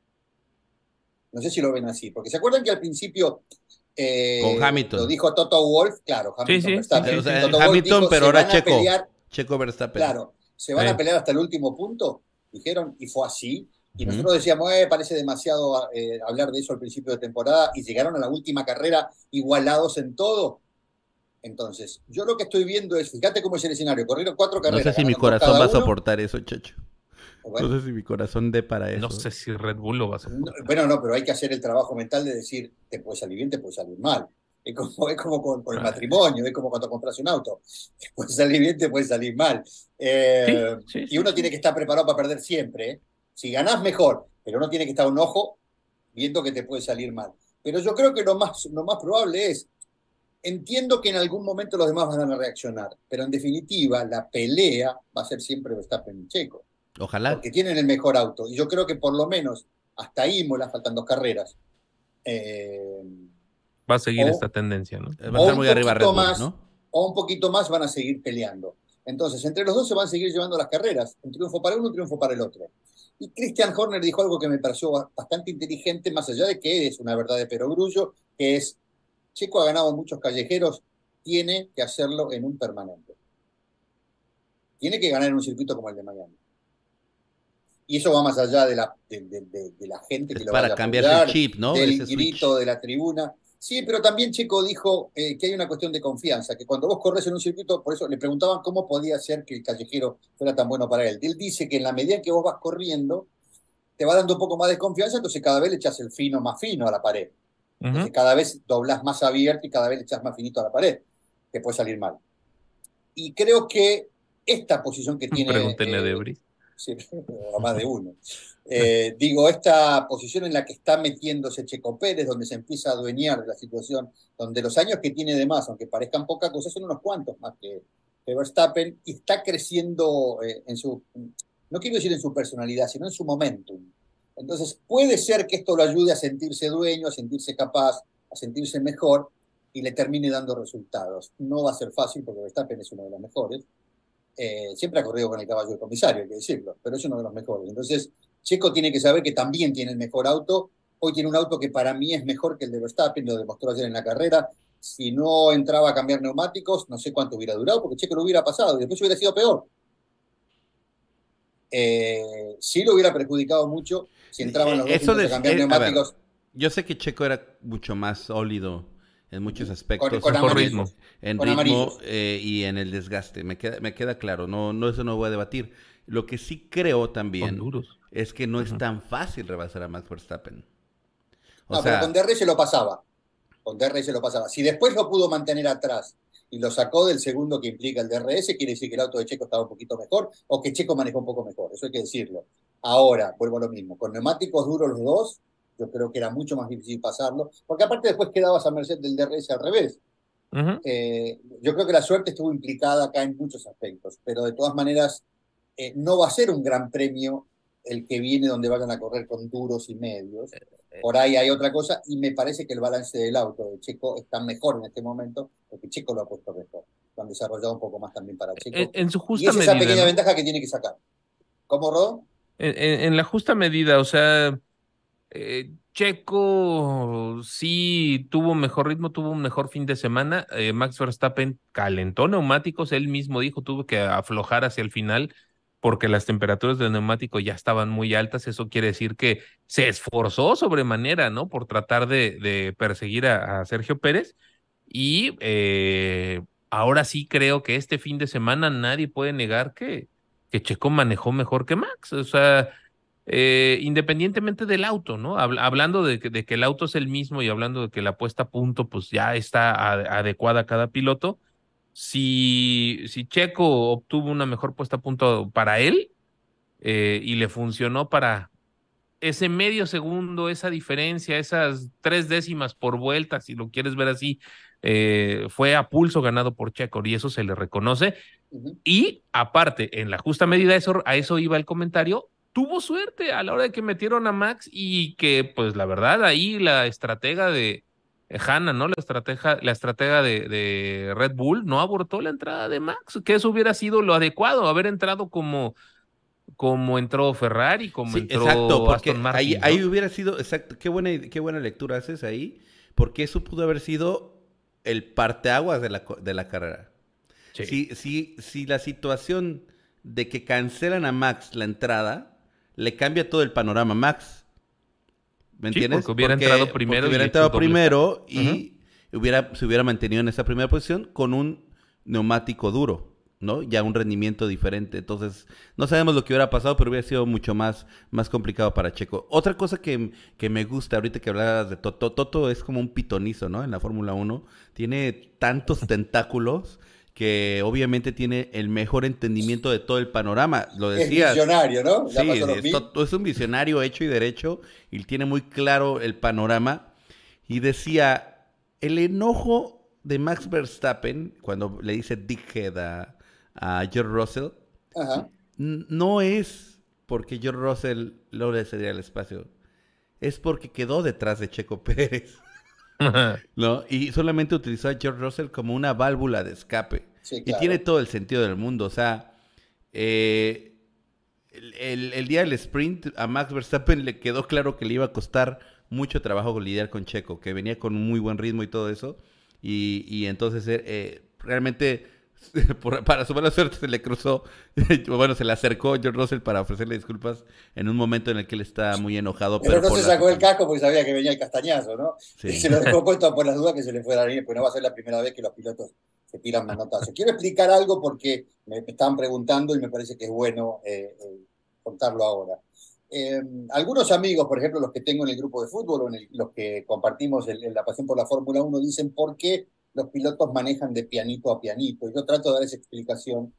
No sé si lo ven así, porque ¿se acuerdan que al principio eh, Con Hamilton. lo dijo Toto Wolff? Claro, Hamilton, Sí, sí, Verstappen. sí, O sea, Toto Wolff Hamilton, dijo, pero "Se ahora van a Checo. pelear", Checo Verstappen. claro, se van Sí. a pelear hasta el último punto, dijeron, y fue así. Y Ujú. nosotros decíamos, eh, parece demasiado eh, hablar de eso al principio de temporada, y llegaron a la última carrera igualados en todo. Entonces, yo lo que estoy viendo es, fíjate cómo es el escenario, corrieron cuatro No carreras. sé si mi ganaron dos corazón cada va a uno. soportar eso, Checho. Bueno, No sé si mi corazón dé para eso. No sé si Red Bull lo va a no, soportar. bueno, no, pero hay que hacer el trabajo mental de decir, te puede salir bien, te puede salir mal. Es como, es como con, con el Ah. matrimonio, es como cuando compras un auto. Te puede salir bien, te puede salir mal. Eh, Sí, sí, y sí, uno sí. tiene que estar preparado para perder siempre. ¿eh? Si ganás, mejor, pero uno tiene que estar un ojo viendo que te puede salir mal. Pero yo creo que lo más, lo más probable es, entiendo que en algún momento los demás van a reaccionar, pero en definitiva la pelea va a ser siempre Verstappen y Checo, Ojalá. porque tienen el mejor auto. Y yo creo que por lo menos hasta Imola, faltan dos carreras, eh, Va a seguir o, esta tendencia, ¿no? Va a o estar un muy arriba Red poquito Bull, más, ¿no? o un poquito más van a seguir peleando. Entonces, entre los dos se van a seguir llevando las carreras, un triunfo para uno, un triunfo para el otro. Y Christian Horner dijo algo que me pareció bastante inteligente, más allá de que es una verdad de perogrullo, que es, Checo ha ganado muchos callejeros, tiene que hacerlo en un permanente. Tiene que ganar en un circuito como el de Miami. Y eso va más allá de la, de, de, de, de la gente Es que lo para vaya a cambiarse apoyar, el chip, ¿no? del Ese grito switch. de la tribuna. Sí, pero también Checo dijo eh, que hay una cuestión de confianza, que cuando vos corres en un circuito, por eso le preguntaban cómo podía ser que el callejero fuera tan bueno para él. Él dice que en la medida en que vos vas corriendo, te va dando un poco más de confianza, entonces cada vez le echas el fino más fino a la pared. Entonces Ujú. cada vez doblás más abierto y cada vez le echas más finito a la pared, que puede salir mal. Y creo que esta posición que tiene, Pregúntenle a eh, Debris. sí, a más de uno, eh, digo, esta posición en la que está metiéndose Checo Pérez, donde se empieza a adueñar de la situación, donde los años que tiene de más, aunque parezcan poca cosa, son unos cuantos más que, que Verstappen, y está creciendo eh, en su, no quiero decir en su personalidad, sino en su momentum. Entonces, puede ser que esto lo ayude a sentirse dueño, a sentirse capaz, a sentirse mejor, y le termine dando resultados. No va a ser fácil porque Verstappen es uno de los mejores. Eh, siempre ha corrido con el caballo de comisario, hay que decirlo, pero es uno de los mejores. Entonces, Checo tiene que saber que también tiene el mejor auto. Hoy tiene un auto que para mí es mejor que el de Verstappen, lo demostró ayer en la carrera. Si no entraba a cambiar neumáticos, no sé cuánto hubiera durado, porque Checo lo hubiera pasado y después hubiera sido peor. Eh, sí lo hubiera perjudicado mucho si entraban los dos Eso juntos de, a cambiar eh, a ver, neumáticos. yo sé que Checo era mucho más sólido en muchos aspectos. Con, con Mejor amarillos. ritmo. En Con ritmo amarillos. eh, y en el desgaste. Me queda, me queda claro, no, no, eso no voy a debatir. Lo que sí creo Son también duros. es que no es Ujú. tan fácil rebasar a Max Verstappen. O No, pero con sea, D R se lo pasaba. Con D R S lo pasaba. Si después lo pudo mantener atrás y lo sacó del segundo que implica el D R S, quiere decir que el auto de Checo estaba un poquito mejor o que Checo manejó un poco mejor. Eso hay que decirlo. Ahora, vuelvo a lo mismo. Con neumáticos duros los dos, yo creo que era mucho más difícil pasarlo, porque aparte después quedabas a merced del D R S al revés. Ujú. Eh, yo creo que la suerte estuvo implicada acá en muchos aspectos, pero de todas maneras eh, no va a ser un gran premio el que viene donde vayan a correr con duros y medios. Por ahí hay otra cosa y me parece que el balance del auto de Checo está mejor en este momento porque Checo lo ha puesto mejor. Lo han desarrollado un poco más también para En, Checo. en su Y justa es esa medida, pequeña ¿no? ventaja que tiene que sacar. ¿Cómo, Rodo? En, en- en la justa medida, o sea, eh, Checo sí tuvo mejor ritmo, tuvo un mejor fin de semana. eh, Max Verstappen calentó neumáticos, él mismo dijo, tuvo que aflojar hacia el final porque las temperaturas del neumático ya estaban muy altas. Eso quiere decir que se esforzó sobremanera, ¿no? Por tratar de, de perseguir a, a Sergio Pérez. Y eh, ahora sí creo que este fin de semana nadie puede negar que, que Checo manejó mejor que Max. O sea, eh, independientemente del auto, ¿no? Habl- hablando de que, de que el auto es el mismo y hablando de que la puesta a punto pues ya está a- adecuada a cada piloto, si, si Checo obtuvo una mejor puesta a punto para él eh, y le funcionó para ese medio segundo, esa diferencia, esas tres décimas por vuelta, si lo quieres ver así, eh, fue a pulso ganado por Checo y eso se le reconoce. Uh -huh. Y aparte, en la justa medida, eso, a eso iba el comentario, tuvo suerte a la hora de que metieron a Max y que, pues la verdad, ahí la estratega de eh, Hanna, ¿no? La estratega, la estratega de, de Red Bull no abortó la entrada de Max, que eso hubiera sido lo adecuado, haber entrado como, como entró Ferrari, como Sí, exacto, entró Aston porque ahí, Martin, ahí ¿no? hubiera sido, exacto, qué buena, qué buena lectura haces ahí, porque eso pudo haber sido el parteaguas de la, co- de la carrera. Sí. Si, si, si la situación de que cancelan a Max la entrada, le cambia todo el panorama a Max, ¿me Sí, entiendes? porque hubiera entrado Porque, porque primero hubiera y hecho entrado doble salto. primero y hubiera, se hubiera mantenido en esa primera posición con un neumático duro, ¿no? Ya un rendimiento diferente. Entonces, no sabemos lo que hubiera pasado, pero hubiera sido mucho más, más complicado para Checo. Otra cosa que, que me gusta ahorita que hablabas de Toto, Toto es como un pitonizo, ¿no? En la Fórmula Uno tiene tantos tentáculos que obviamente tiene el mejor entendimiento de todo el panorama. Lo Es decías, visionario, ¿no? Ya sí, pasó los es, mil. to- es un visionario hecho y derecho y tiene muy claro el panorama. Y decía, el enojo de Max Verstappen cuando le dice dickhead a, a George Russell, Ajá. n- no es porque George Russell no le cedía el espacio, es porque quedó detrás de Checo Pérez. ¿No? Y solamente utilizó a George Russell como una válvula de escape. Sí, Y tiene claro. todo el sentido del mundo. O sea, eh, el, el- el día del sprint a Max Verstappen le quedó claro que le iba a costar mucho trabajo lidiar con Checo, que venía con un muy buen ritmo y todo eso. Y, y entonces eh, eh, realmente, por- para su mala suerte, se le cruzó, bueno, se le acercó George Russell para ofrecerle disculpas en un momento en el que él está muy enojado, Pero pero no por se la sacó el situación. casco porque sabía que venía el castañazo, ¿no? Y Sí. se lo dejó puesto por las dudas que se le fuera a ir, porque no va a ser la primera vez que los pilotos se tiran manotazos. Quiero explicar algo porque me, me estaban preguntando y me parece que es bueno eh, eh, contarlo ahora. Eh, algunos amigos, por ejemplo, los que tengo en el grupo de fútbol o en el- los que compartimos el- la pasión por la Fórmula Uno, dicen por qué los pilotos manejan de pianito a pianito. Yo trato de dar esa explicación.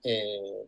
eh,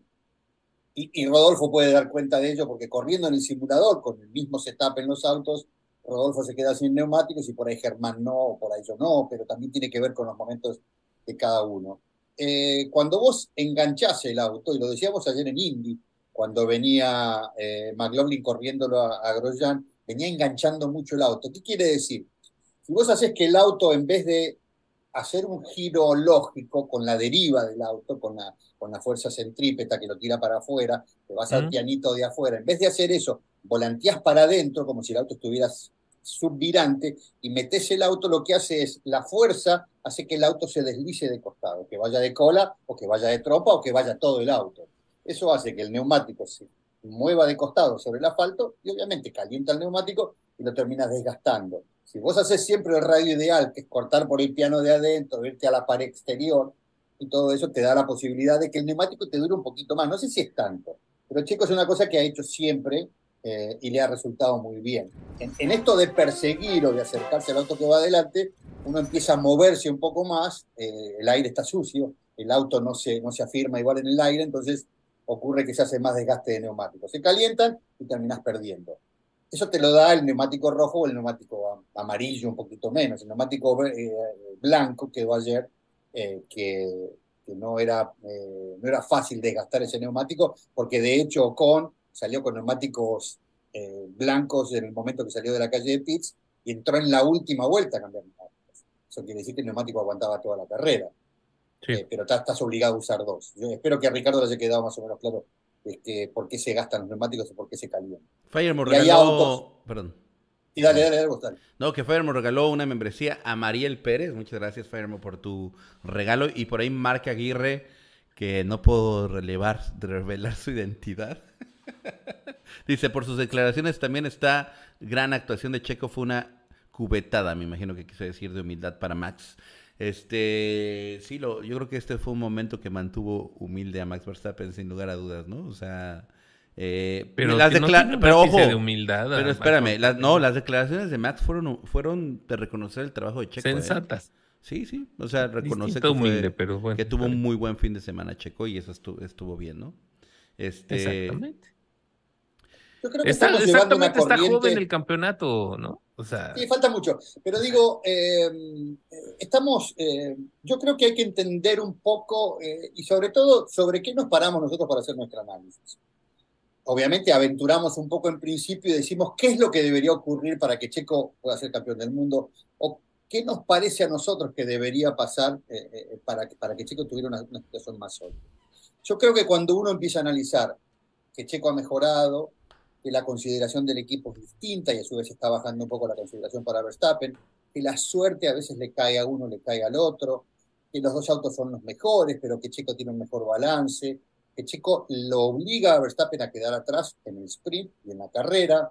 y, y Rodolfo puede dar cuenta de ello porque corriendo en el simulador con el mismo setup en los autos, Rodolfo se queda sin neumáticos y por ahí Germán no, o por ahí yo no, pero también tiene que ver con los momentos de cada uno. Eh, cuando vos enganchás el auto, y lo decíamos ayer en Indy, cuando venía eh, McLaughlin corriéndolo a, a Grosjean, venía enganchando mucho el auto. ¿Qué quiere decir? Si vos haces que el auto, en vez de hacer un giro lógico con la deriva del auto, con la, con la fuerza centrípeta que lo tira para afuera, te vas al ¿Mm? pianito de afuera. En vez de hacer eso, volanteás para adentro como si el auto estuviera subvirante y metés el auto, lo que hace es la fuerza hace que el auto se deslice de costado, que vaya de cola o que vaya de tropa o que vaya todo el auto. Eso hace que el neumático se mueva de costado sobre el asfalto y obviamente calienta el neumático y lo terminas desgastando. Si vos haces siempre el radio ideal, que es cortar por el piano de adentro, irte a la pared exterior y todo eso, te da la posibilidad de que el neumático te dure un poquito más. No sé si es tanto, pero Checo es una cosa que ha hecho siempre eh, y le ha resultado muy bien. En, en esto de perseguir o de acercarse al auto que va adelante, uno empieza a moverse un poco más, eh, el aire está sucio, el auto no se, no se afirma igual en el aire, entonces ocurre que se hace más desgaste de neumáticos. Se calientan y terminas perdiendo. Eso te lo da el neumático rojo o el neumático amarillo, un poquito menos. El neumático eh, blanco quedó ayer, eh, que, que no, era, eh, no era fácil desgastar ese neumático, porque de hecho Ocon salió con neumáticos eh, blancos en el momento que salió de la calle de Pitts y entró en la última vuelta a cambiar neumáticos. Eso quiere decir que el neumático aguantaba toda la carrera, Sí. eh, pero estás, estás obligado a usar dos. Yo espero que a Ricardo le haya quedado más o menos claro este, por qué se gastan los neumáticos y por qué se calientan. Firemo Y hay autos. regaló, perdón. Y dale, Dale. dale, dale, vos, dale. No, que Firemo regaló una membresía a Mariel Pérez. Muchas gracias, Firemo, por tu regalo. Y por ahí Marca Aguirre, que no puedo relevar, revelar su identidad. Dice, por sus declaraciones también está gran actuación de Checo, fue una cubetada, me imagino que quiso decir de humildad para Max. Este, sí, lo, yo creo que este fue un momento que mantuvo humilde a Max Verstappen sin lugar a dudas, ¿no? O sea, eh, Pero las que no decla- tiene un pero ápice de ojo, humildad pero a Max espérame, las, no, Verstappen. las declaraciones de Max fueron, fueron de reconocer el trabajo de Checo, ¿eh? Sensatas. Sí, sí, o sea, reconoce Distinto a que humilde, fue, pero bueno, que tuvo está un bien. muy buen fin de semana Checo y eso estuvo, estuvo bien, ¿no? Este, Exactamente. Yo creo que Está, estamos llevando una exactamente, está joven el corriente. campeonato, ¿no? O Sí, sea, falta mucho. Pero digo, eh, estamos. Eh, yo creo que hay que entender un poco eh, y sobre todo sobre qué nos paramos nosotros para hacer nuestro análisis. obviamente aventuramos un poco en principio y decimos qué es lo que debería ocurrir para que Checo pueda ser campeón del mundo, o qué nos parece a nosotros que debería pasar eh, eh, para, que, para que Checo tuviera una, una situación más sólida. Yo creo que cuando uno empieza a analizar que Checo ha mejorado, que la consideración del equipo es distinta y a su vez está bajando un poco la consideración para Verstappen, que la suerte a veces le cae a uno, le cae al otro, que los dos autos son los mejores, pero que Checo tiene un mejor balance, que Checo lo obliga a Verstappen a quedar atrás en el sprint y en la carrera,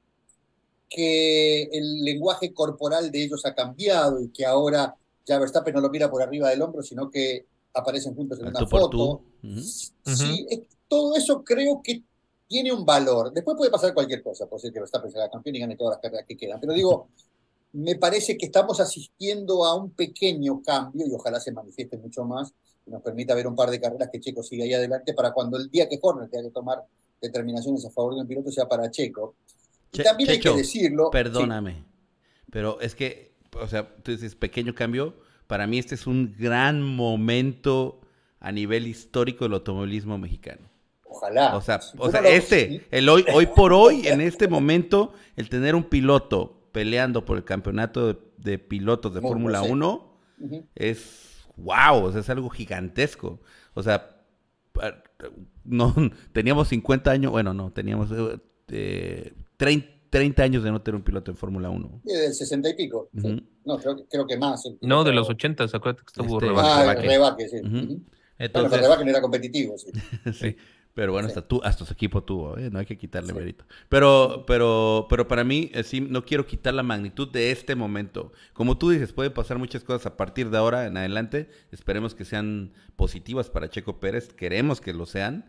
que el lenguaje corporal de ellos ha cambiado y que ahora ya Verstappen no lo mira por arriba del hombro, sino que aparecen juntos en Al una tú por foto. tú. Ujú. Sí, es- todo eso creo que tiene un valor. Después puede pasar cualquier cosa, puede ser que Verstappen sea campeón y gane todas las carreras que quedan. Pero digo, me parece que estamos asistiendo a un pequeño cambio y ojalá se manifieste mucho más y nos permita ver un par de carreras que Checo siga ahí adelante para cuando el día que Horner tenga que tomar determinaciones a favor de un piloto sea para Checo. Y Che- también hay Checho, que decirlo. perdóname, pero es que, o sea, tú dices pequeño cambio, para mí este es un gran momento a nivel histórico del automovilismo mexicano. Sí, ojalá. O sea, o Yo sea, no lo- este, el hoy, hoy por hoy, en este momento, el tener un piloto peleando por el campeonato de, de pilotos de Mundo, Fórmula sí. uno Ujú. es wow, o sea, es algo gigantesco. O sea, pa- no teníamos cincuenta años, bueno, no, teníamos eh, eh, treinta, treinta años de no tener un piloto en Fórmula uno. Y del sesenta y pico. Sí. Ujú. No, creo, que- creo que más. el No, de piloto- los ochenta, acuérdate que estuvo Este, Rebaque. Ah, Rebaque. Rebaque, sí. Ujú. Ujú. Bueno, Entonces, pero Rebaque no era competitivo, sí. sí, pero bueno, Sí. hasta, tú, hasta su equipo tuvo, ¿eh? No hay que quitarle Sí. mérito. Pero, pero, pero para mí, eh, sí, no quiero quitar la magnitud de este momento. Como tú dices, pueden pasar muchas cosas a partir de ahora en adelante. Esperemos que sean positivas para Checo Pérez. Queremos que lo sean.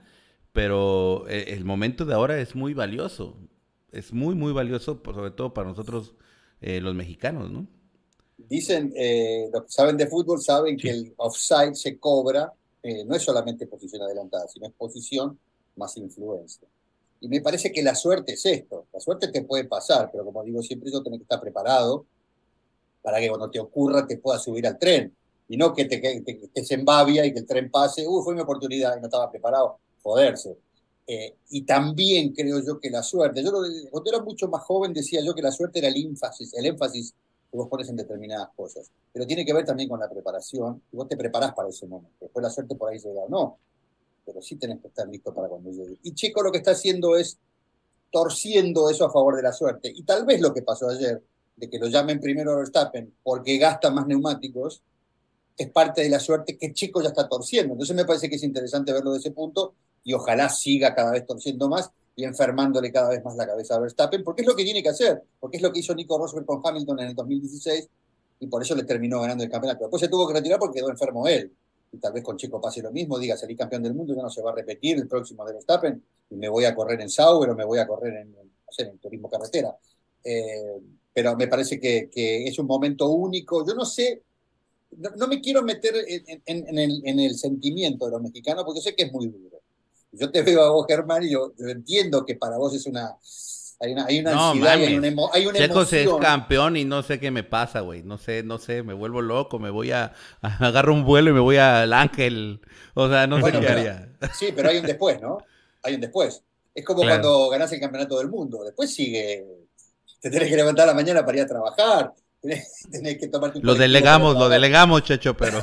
Pero eh, el momento de ahora es muy valioso. Es muy, muy valioso, por- sobre todo para nosotros eh, los mexicanos, ¿no? Dicen, eh, los que saben de fútbol saben Sí. que el offside se cobra, eh, no es solamente posición adelantada, sino es posición más influencia. Y me parece que la suerte es esto. La suerte te puede pasar, pero como digo siempre, yo tenés que estar preparado para que cuando te ocurra te puedas subir al tren. Y no que te, que, te, que estés en babia y que el tren pase, uy, fue mi oportunidad y no estaba preparado, joderse. Eh, y también creo yo que la suerte, yo lo, cuando era mucho más joven decía yo que la suerte era el énfasis, el énfasis que vos pones en determinadas cosas. Pero tiene que ver también con la preparación, y vos te preparás para ese momento. Después la suerte por ahí llega o no, pero sí tenés que estar listo para cuando llegue. Y Checo lo que está haciendo es torciendo eso a favor de la suerte. Y tal vez lo que pasó ayer, de que lo llamen primero a Verstappen porque gasta más neumáticos, es parte de la suerte que Checo ya está torciendo. Entonces me parece que es interesante verlo de ese punto y ojalá siga cada vez torciendo más y enfermándole cada vez más la cabeza a Verstappen, porque es lo que tiene que hacer, porque es lo que hizo Nico Rosberg con Hamilton en el dos mil dieciséis y por eso le terminó ganando el campeonato. Después se tuvo que retirar porque quedó enfermo él. Y tal vez con Checo pase lo mismo, diga, salí campeón del mundo, ya no se va a repetir el próximo de Verstappen y me voy a correr en Sauber o me voy a correr en, no sé, en turismo carretera. Eh, pero me parece que, que es un momento único. Yo no sé, no, no me quiero meter en, en, en, el, en, el, sentimiento de los mexicanos porque sé que es muy duro. Yo te veo a vos, Germán, y yo, yo entiendo que para vos es una... Hay una, hay una No, ansiedad y mames. hay una, emo, hay una Checo es emoción. campeón y no sé qué me pasa, güey. No sé, no sé, me vuelvo loco, me voy a, a agarro un vuelo y me voy al Ángel. O sea, no Bueno, sé qué pero- haría. Sí, pero hay un después, ¿no? Hay un después. Es como Claro. cuando ganás el campeonato del mundo. Después sigue. Te tenés que levantar a la mañana para ir a trabajar. Tenés, tenés que tomarte un Lo colectivo delegamos, para lo trabajar. delegamos, Checho, pero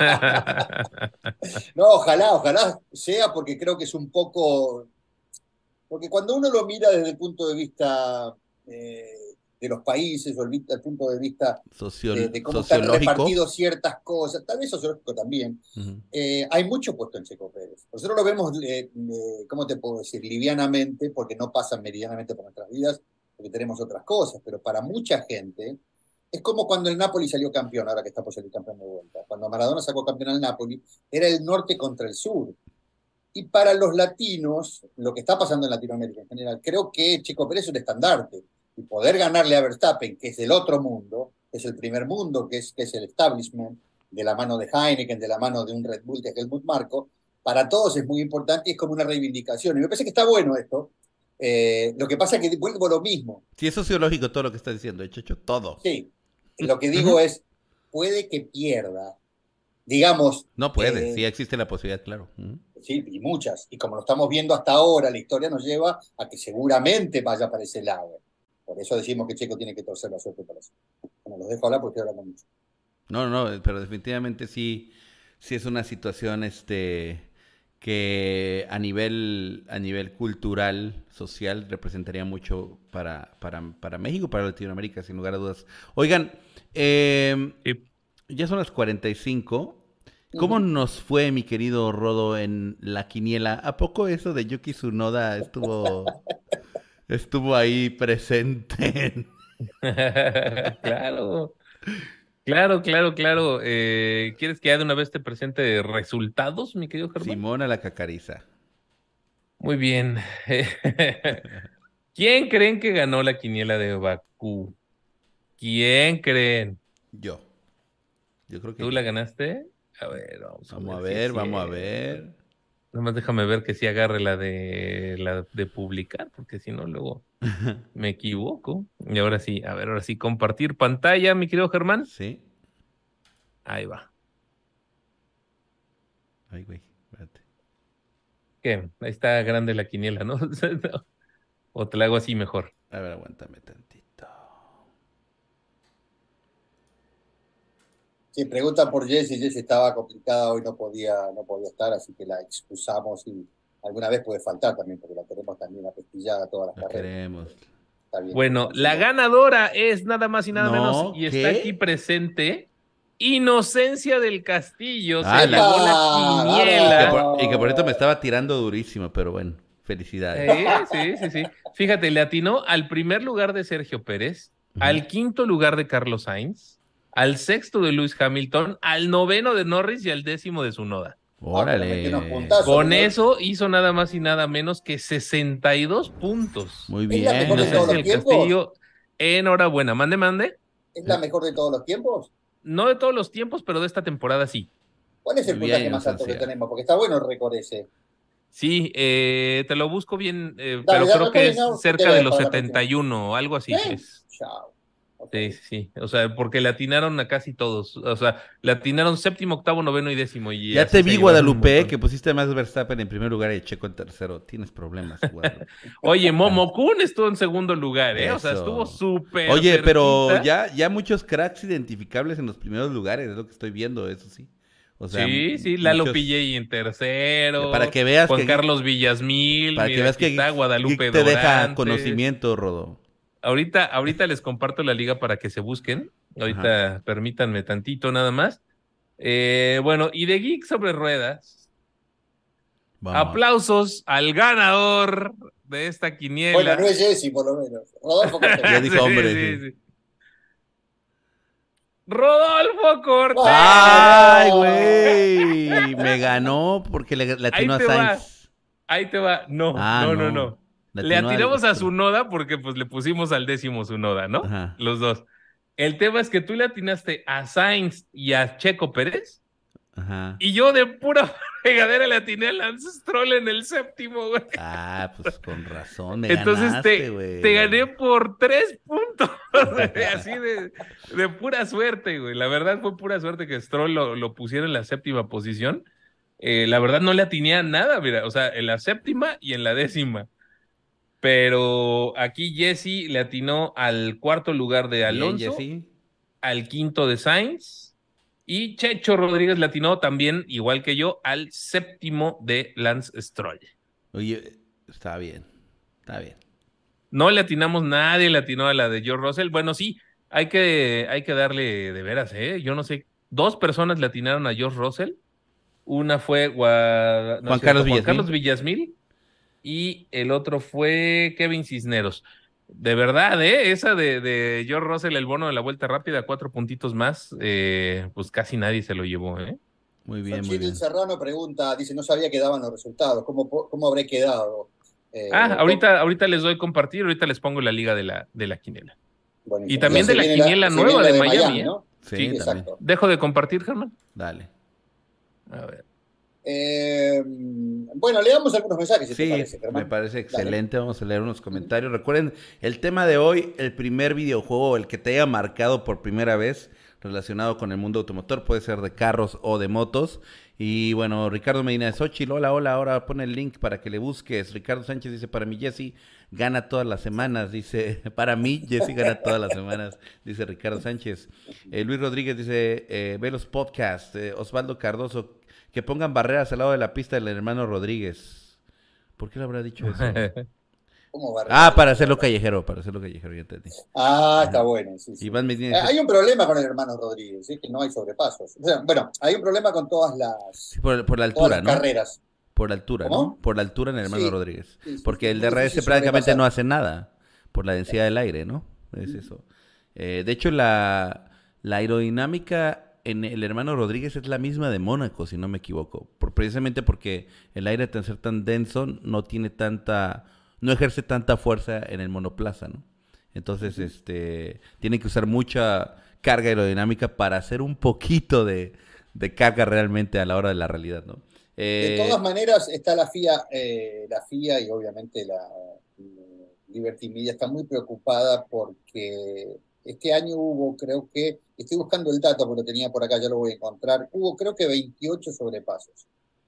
No, ojalá, ojalá sea porque creo que es un poco. Porque cuando uno lo mira desde el punto de vista eh, de los países o el, vi- el punto de vista socio- de, de cómo están sociológico. repartidas ciertas cosas, tal vez sociológico también, Ujú. eh, hay mucho puesto en Checo Pérez. Nosotros lo vemos, eh, eh, ¿cómo te puedo decir? Livianamente, porque no pasan meridianamente por nuestras vidas, porque tenemos otras cosas, pero para mucha gente es como cuando el Napoli salió campeón, ahora que está por salir campeón de vuelta. Cuando Maradona sacó campeón al Napoli, era el norte contra el sur. Y para los latinos, lo que está pasando en Latinoamérica en general, creo que Checo Pérez es un estandarte. Y poder ganarle a Verstappen, que es el otro mundo, que es el primer mundo, que es, que es el establishment, de la mano de Heineken, de la mano de un Red Bull, que es Helmut Marko, para todos es muy importante y es como una reivindicación. Y me parece que está bueno esto. Eh, lo que pasa es que vuelvo a lo mismo. Sí, es sociológico todo lo que estás diciendo, eh, Checho, todo. Sí, lo que digo Ujú. es, puede que pierda, digamos, No puede, Eh, sí existe la posibilidad, claro. Ujú. sí, y muchas. Y como lo estamos viendo hasta ahora, la historia nos lleva a que seguramente vaya para ese lado. Por eso decimos que Checo tiene que torcer la suerte para eso. Bueno, los dejo hablar porque estoy hablando mucho. No, no, pero definitivamente sí, sí es una situación este que a nivel, a nivel cultural, social, representaría mucho para, para, para México, para Latinoamérica, sin lugar a dudas. Oigan, eh, Sí. ya son las cuarenta y cinco. ¿Cómo Ujú. nos fue, mi querido Rodo, en la quiniela? ¿A poco eso de Yuki Tsunoda estuvo, estuvo ahí presente? Claro, claro, claro, claro. Eh, ¿quieres que ya de una vez te presente resultados, mi querido Germán? Simona la Cacariza. Muy bien. ¿Quién creen que ganó la quiniela de Bakú? ¿Quién creen? Yo. Yo creo que ¿Tú yo. la ganaste? A ver, vamos a Vamos a ver si es ver, vamos a cierto. ver. Nada más déjame ver que sí agarre la de la de publicar, porque si no, luego me equivoco. Y ahora sí, a ver, ahora sí, compartir pantalla, mi querido Germán. Sí. Ahí va. Ay, güey, espérate. ¿Qué? Ahí está grande la quiniela, ¿no? O te la hago así mejor. A ver, aguántame tantito. Sí, pregunta por Jessy. Jessy estaba complicada hoy, no podía, no podía estar, así que la excusamos y alguna vez puede faltar también, porque la tenemos también apestillada todas las Lo carreras. queremos. Está bien. Bueno, Estamos la en- ganadora es nada más y nada menos, No, y está aquí ¿qué? presente, Inocencia del Castillo. Ah, Se la- llevó la ¡Epa! Y que, quiniela. por, y que por esto me ¡Vamos! estaba tirando durísimo, pero bueno, felicidades. Eh, sí, sí, sí. Fíjate, le atinó al primer lugar de Sergio Pérez, Ujú. al quinto lugar de Carlos Sainz, al sexto de Lewis Hamilton, al noveno de Norris y al décimo de Tsunoda. Ah, pero metió unos Órale. puntazos. Con ¿no? eso hizo nada más y nada menos que sesenta y dos puntos. Muy ¿Es la mejor de bien. todos Inocencia los del tiempos? Castillo, enhorabuena. Mande, mande. ¿Es la mejor de todos los tiempos? No de todos los tiempos, pero de esta temporada sí. ¿Cuál es el Muy bien, puntaje más alto que Inocencia. tenemos? Porque está bueno el récord ese. Sí, eh, te lo busco bien, eh, Dale, pero dale, creo que dale, es no, que cerca de quede los para la próxima. setenta y uno o algo así. ¿Eh? Es, Chao. Ok. sí, sí, sí. O sea, porque le atinaron a casi todos. O sea, le atinaron séptimo, octavo, noveno y décimo. Y Ya así te se vi, llevaron un Guadalupe, montón. que pusiste más Verstappen en primer lugar y Checo en tercero. Tienes problemas, Guadalupe. Oye, Momokun estuvo en segundo lugar, ¿eh? O sea, estuvo Eso. súper Oye, pero cerquita. ya, ya muchos cracks identificables en los primeros lugares, es lo que estoy viendo, eso sí. O sea, Sí, sí, m- Lalo muchos- P J en tercero. Para que veas Juan que- Carlos Villasmil. para Mira, que veas aquí que está Geek- Guadalupe Geek te deja Dorantes. conocimiento, Rodo. Ahorita, ahorita les comparto la liga para que se busquen. Ahorita permítanme tantito nada más. Eh, bueno, y de Geek sobre Ruedas, Vamos. aplausos al ganador de esta quiniela. Bueno, no es Jessy, por lo menos. Rodolfo Cortés. Ya dijo Sí, hombre, sí, sí. sí. Rodolfo Cortés. ¡Ay, güey! Me ganó porque le, le Ahí atinó a te va. Sainz. Ahí te va. No, Ah, no, no, no. no. Le Le atinó al atinamos a otro. su noda porque pues le pusimos al décimo su noda, ¿no? Ajá. Los dos. El tema es que tú le atinaste a Sainz y a Checo Pérez Ajá. y yo de pura fregadera le atiné a Lance Stroll en el séptimo, güey. Ah, pues con razón, me Entonces ganaste, te, güey. te gané por tres puntos, güey, así de, de pura suerte, güey. La verdad fue pura suerte que Stroll lo, lo pusiera en la séptima posición. Eh, la verdad no le atiné a nada, mira, o sea, en la séptima y en la décima. Pero aquí Jesse le atinó al cuarto lugar de Bien, Alonso, Jessy. al quinto de Sainz, y Checho Rodríguez le atinó también, igual que yo, al séptimo de Lance Stroll. Oye, está bien. Está bien. No le atinamos, nadie le atinó a la de George Russell. Bueno, sí, hay que, hay que darle de veras, ¿eh? Yo no sé, dos personas le atinaron a George Russell. Una fue Gua- no Juan es cierto, Carlos Juan Villasmil. Carlos Villasmil y el otro fue Kevin Cisneros. De verdad, ¿eh? Esa de, de George Russell, el bono de la vuelta rápida, cuatro puntitos más, eh, pues casi nadie se lo llevó, ¿eh? Muy bien, muy Xochitl bien. Serrano pregunta, dice, no sabía que daban los resultados, ¿cómo, po- cómo habré quedado? Eh, Ah, ahorita, ahorita les doy compartir, ahorita les pongo la liga de la, de la quiniela. buenísimo. Y también Ya se de la viene quiniela se nueva viene la de Miami, ¿eh? ¿no? Sí, Sí, también. Exacto. Dejo de compartir, Germán. Dale. A ver. Eh, bueno, leamos algunos mensajes, si te Sí, parece, Germán. me parece excelente. Vamos a leer unos comentarios. Recuerden, el tema de hoy, el primer videojuego, el que te haya marcado por primera vez. relacionado con el mundo automotor, puede ser de carros o de motos. Y bueno, Ricardo Medina de Xochitl, hola, hola, ahora pone el link para que le busques. Ricardo Sánchez dice, para mí Jesse gana todas las semanas, dice, para mí Jesse gana todas las semanas, dice Ricardo Sánchez. Eh, Luis Rodríguez dice, eh, ve los podcasts. Eh, Osvaldo Cardoso, que pongan barreras al lado de la pista del hermano Rodríguez. ¿Por qué le habrá dicho eso? ¿Cómo va a Ah, arreglar para eso? hacerlo callejero, para hacerlo callejero, ya entendí. Ah, Ajá. está bueno, sí, sí. Iván Medina Eh, dice, Hay un problema con el hermano Rodríguez, ¿sí? Que no hay sobrepasos. O sea, bueno, hay un problema con todas las, sí, por, por la todas altura, las ¿no? carreras. Por la altura, ¿Cómo? ¿no? Por la altura en el hermano Sí, Rodríguez. sí, sí, Porque sí, el muy D R S difícil prácticamente sobrepasar. no hace nada por la densidad del aire, ¿no? Es eso. Eh, de hecho, la, la aerodinámica en el hermano Rodríguez es la misma de Mónaco, si no me equivoco. Por, precisamente porque el aire, al ser tan denso, no tiene tanta, no ejerce tanta fuerza en el monoplaza, ¿no? Entonces, Ujú. este, tiene que usar mucha carga aerodinámica para hacer un poquito de, de carga realmente a la hora de la realidad, ¿no? De Eh, todas maneras, está la FIA, eh, la FIA y obviamente la eh, Liberty Media está muy preocupada porque este año hubo, creo que, estoy buscando el dato porque lo tenía por acá, ya lo voy a encontrar, hubo creo que veintiocho sobrepasos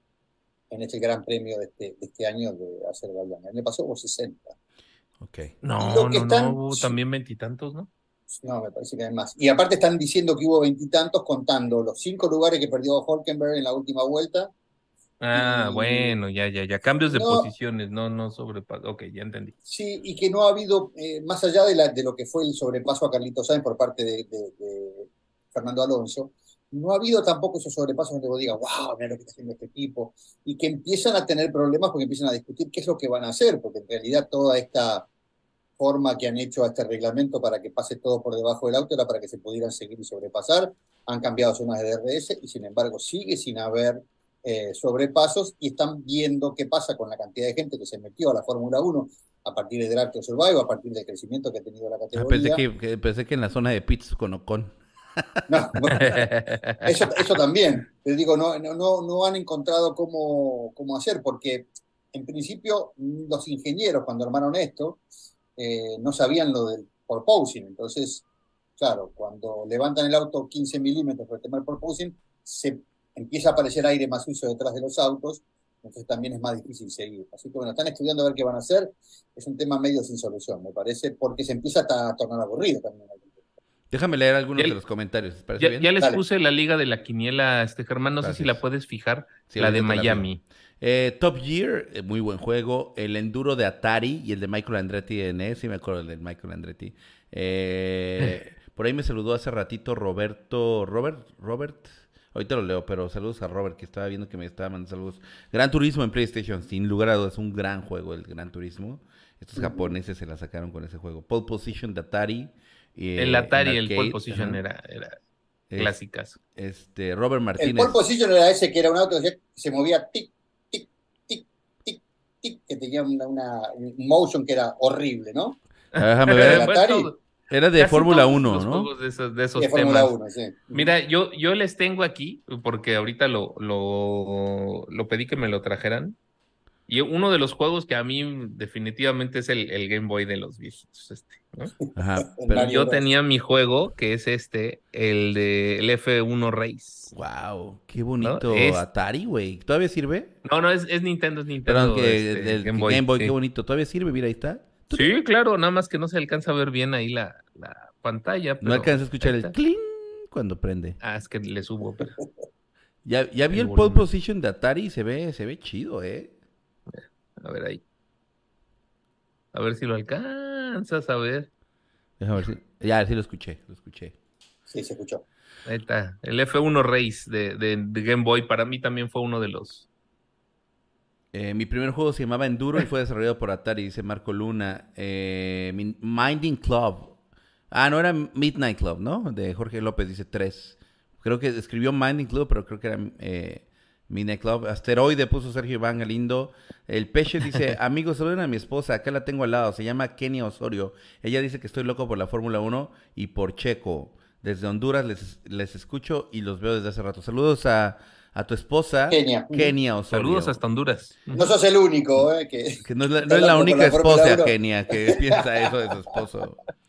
en este Gran Premio de este, de este año de Azerbaiyán. El año pasado hubo sesenta. ok. Y lo No, que no, no, están, hubo también veintitantos, ¿no? no, me parece que hay más. Y aparte están diciendo que hubo veintitantos contando los cinco lugares que perdió Hülkenberg en la última vuelta. Ah, Y bueno, ya, ya, ya. Cambios de no, posiciones, no, no sobrepaso. Ok, ya entendí. sí, y que no ha habido, eh, más allá de, la, de lo que fue el sobrepaso a Carlitos Sainz por parte de, de- de Fernando Alonso, no ha habido tampoco esos sobrepasos donde vos digas, wow, mira lo que está haciendo este equipo, y que empiezan a tener problemas porque empiezan a discutir qué es lo que van a hacer, porque en realidad toda esta forma que han hecho a este reglamento para que pase todo por debajo del auto era para que se pudieran seguir y sobrepasar, han cambiado zonas de D R S y sin embargo sigue sin haber eh, sobrepasos y están viendo qué pasa con la cantidad de gente que se metió a la Fórmula uno a partir de Drive to Survive, a partir del crecimiento que ha tenido la Ah, pensé categoría. que, que- pensé que en la zona de pits con Ocon. No, bueno, eso, eso también, les digo, no, no, no, no han encontrado cómo, cómo hacer, porque en principio los ingenieros cuando armaron esto eh, no sabían lo del porpoising, entonces, claro, cuando levantan el auto quince milímetros para el tema del porpoising, se empieza a aparecer aire más sucio detrás de los autos, entonces también es más difícil seguir. Así que bueno, están estudiando a ver qué van a hacer, es un tema medio sin solución, me parece, porque se empieza a, a tornar aburrido también. Déjame leer Ya, algunos de los comentarios, ¿te parece ya, bien? ya les Dale. puse la liga de la quiniela, este Germán, no sé si la Gracias. puedes fijar, Sí, la de ahorita te la fijo. Miami. Eh, Top Gear, eh, muy buen juego. El Enduro de Atari y el de Michael Andretti de N E S, sí me acuerdo del de Michael Andretti. Eh, por ahí me saludó hace ratito Roberto, Robert, Robert, ahorita lo leo, pero saludos a Robert, que estaba viendo que me estaba mandando saludos. Gran Turismo en PlayStation, sin lugar a dudas, un gran juego el Gran Turismo. Estos Ujú. japoneses se la sacaron con ese juego. Pole Position de Atari. eh, El en Atari, el arcade, pole position ajá. era, era Es- clásicas. Este, Robert El Martínez. pole position era ese que era un auto que se movía tic, tic, tic, tic, tic, que tenía una, una un motion que era horrible, ¿no? Ah, déjame ¿Era del ver. Bueno, Atari? todo- Era de casi Fórmula todos uno, los ¿no? juegos de esos, de De esos Fórmula temas. uno, sí. Mira, yo, yo les tengo aquí, porque ahorita lo, lo, lo pedí que me lo trajeran. Y uno de los juegos que a mí definitivamente es el, el Game Boy de los viejitos, este, ¿no? Ajá. El Pero, Mario Yo Bros. tenía mi juego, que es este, el de el F uno Race, wow, qué ¿no? bonito Es, Atari, güey. ¿Todavía sirve? no, no, es, es Nintendo, es Perdón, Nintendo, que este, del Game Game Boy, Boy, qué sí. bonito. ¿Todavía sirve? Mira, ahí está. Sí, claro, nada más que no se alcanza a ver bien ahí la, la pantalla, No pero alcanza a escuchar ahí el está. cling cuando prende. Ah, es que le subo, pero Ya, ya vi el el pole volumen. position de Atari y se ve, se ve chido, ¿eh? A ver ahí. A ver si lo alcanzas a ver. Déjame ver si. Ya, sí lo escuché, lo escuché. Sí, se escuchó. Ahí está. El F uno Race de, de, de Game Boy para mí también fue uno de los. Eh, mi primer juego se llamaba Enduro y fue desarrollado por Atari, dice Marco Luna. Eh, Min- Minding Club. Ah, no era Midnight Club, ¿no? De Jorge López, dice tres. Creo que escribió Minding Club, pero creo que era eh, Midnight Club. Asteroide puso Sergio Iván Galindo. El Peche dice, amigos, saluden a mi esposa, acá la tengo al lado, se llama Kenia Osorio. Ella dice que estoy loco por la Fórmula uno y por Checo. Desde Honduras les, les escucho y los veo desde hace rato. Saludos a, a tu esposa, Kenia. Kenia Osorio. Saludos hasta Honduras. No sos el único, ¿eh? Que, Que no es la, no está es la loco por única la Fórmula esposa, uno. Kenia, que piensa eso de su esposo.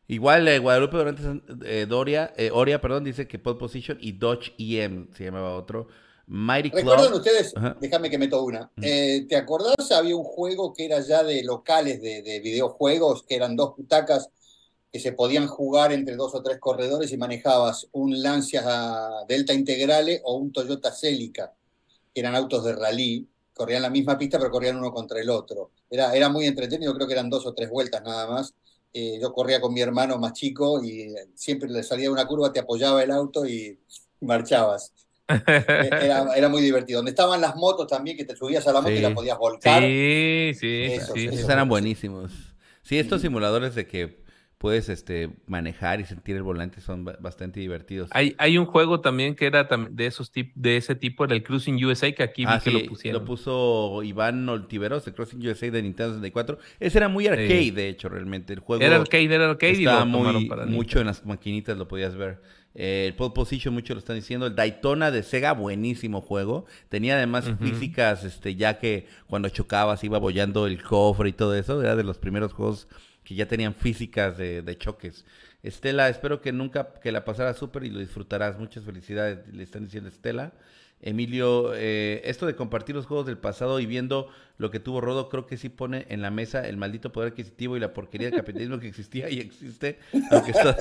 Igual eh, Guadalupe Dorantes eh, Doria, eh, Oria, perdón, dice que Pole Position y Dodge E M se llamaba otro. Mighty ¿Recuerdan Club. ustedes? Ajá. Déjame que meto una. Ujú. Eh, ¿te acordás? Había un juego que era ya de locales de, de videojuegos, que eran dos butacas que se podían jugar entre dos o tres corredores y manejabas un Lancia Delta Integrale o un Toyota Celica, que eran autos de rally, corrían la misma pista pero corrían uno contra el otro. Era, era muy entretenido, creo que eran dos o tres vueltas nada más. Eh, yo corría con mi hermano más chico y siempre le salía una curva, te apoyaba el auto y marchabas. Era, era muy divertido. Donde estaban las motos también, que te subías a la moto y la Sí. podías volcar. Sí, sí, Esos, sí, Esos esos eran juegos, sí. buenísimos. Sí, estos simuladores de que puedes este, manejar y sentir el volante son ba- bastante divertidos. Hay, hay un juego también que era tam- de esos tip, de ese tipo, era el Cruising U S A, que aquí Ah, vi que lo sí, lo pusieron. puso Iván Oltiveros, de Crossing U S A de Nintendo sesenta y cuatro. Ese era muy arcade, Sí. de hecho, realmente. El juego Era arcade, era arcade y lo estaba tomaron muy, para mucho Nintendo. en las maquinitas, lo podías ver. Eh, el Pole Position, muchos lo están diciendo. El Daytona de Sega, buenísimo juego. Tenía además Ujú. físicas, este, ya que cuando chocabas iba bollando el cofre y todo eso. Era de los primeros juegos que ya tenían físicas de, de choques. Estela, espero que nunca que la pasaras súper y lo disfrutarás. Muchas felicidades, le están diciendo Estela. Emilio, eh, esto de compartir los juegos del pasado y viendo lo que tuvo Rodo, creo que sí pone en la mesa el maldito poder adquisitivo y la porquería de capitalismo que existía y existe, aunque esto...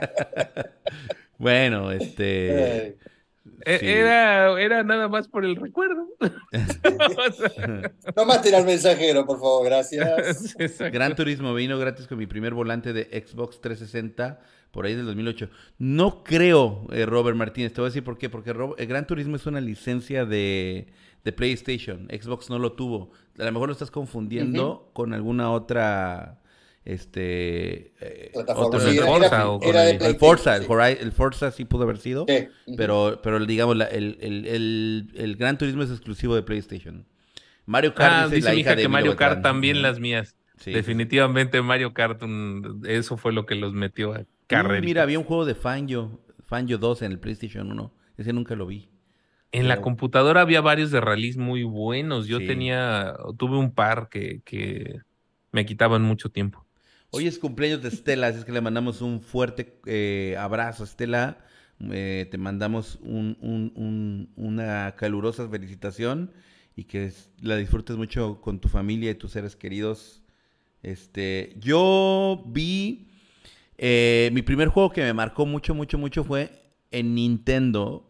Bueno, este... Eh, E- Sí. Era, era nada más por el recuerdo. O sea, no más tirar mensajero, por favor, gracias. sí, exacto. Gran Turismo vino gratis con mi primer volante de Xbox trescientos sesenta por ahí del dos mil ocho. No creo, eh, Robert Martínez, te voy a decir por qué. Porque Ro- el Gran Turismo es una licencia de, de PlayStation. Xbox no lo tuvo. A lo mejor lo estás confundiendo con alguna otra... Este... eh, Plataforma. otro- Con el Sí, era, Forza era- o con era de el- el Forza, el, PlayStation, Hori- el Forza sí pudo haber sido. sí. Sí. Pero, pero digamos, la- el, el, el, el Gran Turismo es exclusivo de PlayStation. Mario Kart Ah, dice dice la mi hija hija de que Emilio Mario Kart Beltrán. también Ajá. las mías. Sí, sí, sí. Definitivamente Mario Kart, un- eso fue lo que los metió a Uy, carreritas. mira, había un juego de Fangio, Fangio dos en el PlayStation uno. Ese nunca lo vi. En la Pero- computadora había varios de rallies muy buenos. Yo Sí. tenía, tuve un par que, que me quitaban mucho tiempo. Hoy es cumpleaños de Estela, así es que le mandamos un fuerte eh, abrazo, Estela. Eh, te mandamos un, un- un- una calurosa felicitación y que es- la disfrutes mucho con tu familia y tus seres queridos. Este, yo vi eh, mi primer juego que me marcó mucho, mucho, mucho fue en Nintendo,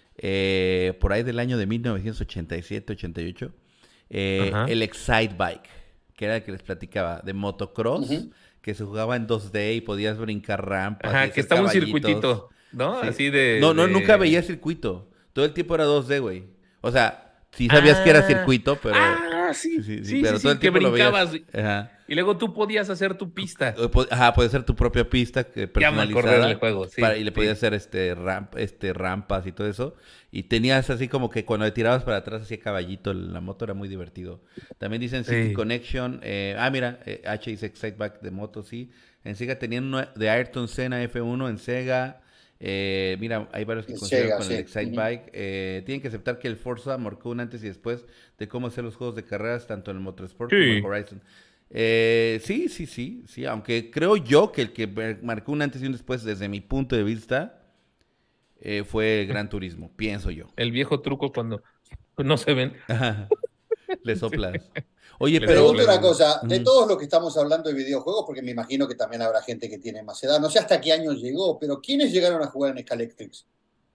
eh, por ahí del año de mil novecientos ochenta y siete, ochenta y ocho, eh, Ajá. el Excite Bike, que era el que les platicaba, de motocross, Ujú. que se jugaba en dos D y podías brincar rampas. y Ajá, hacer que estaba un caballitos. circuitito, ¿no? Sí. Así de... No, no, de- nunca veía circuito. Todo el tiempo era dos D, güey. O sea, sí sabías que era Ah. circuito, pero... Ah, sí, sí, sí, pero sí, todo el que tiempo lo veías. brincabas. Ajá. Y luego tú podías hacer tu pista. O po- Ajá, puede ser tu propia pista que Ya me acordé personalizada. del juego, sí, para- y le sí. podías hacer este, ramp, este rampas y todo eso. Y tenías así como que cuando le tirabas para atrás hacía caballito, la moto era muy divertido. También dicen City Sí. Connection. eh, ah, mira, eh, H dice Exciteback de moto, sí. En Sega tenían uno de Ayrton Senna F uno en Sega. Eh, mira, hay varios que En coinciden Sega, con sí. el Excitebike. Eh, tienen que aceptar que el Forza marcó un antes y después de cómo hacer los juegos de carreras, tanto en el Motorsport Sí. como en Horizon. Eh, sí, sí, sí, sí, aunque creo yo que el que ver- marcó un antes y un después desde mi punto de vista eh, fue Gran Turismo, pienso yo. El viejo truco cuando no se ven. Ajá. Le soplas. Oye, Le pero... Pregunto soplas. una cosa, de Ujú. todos los que estamos hablando de videojuegos, porque me imagino que también habrá gente que tiene más edad, no sé hasta qué año llegó, pero ¿quiénes llegaron a jugar en Scalectrix?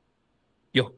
Yo.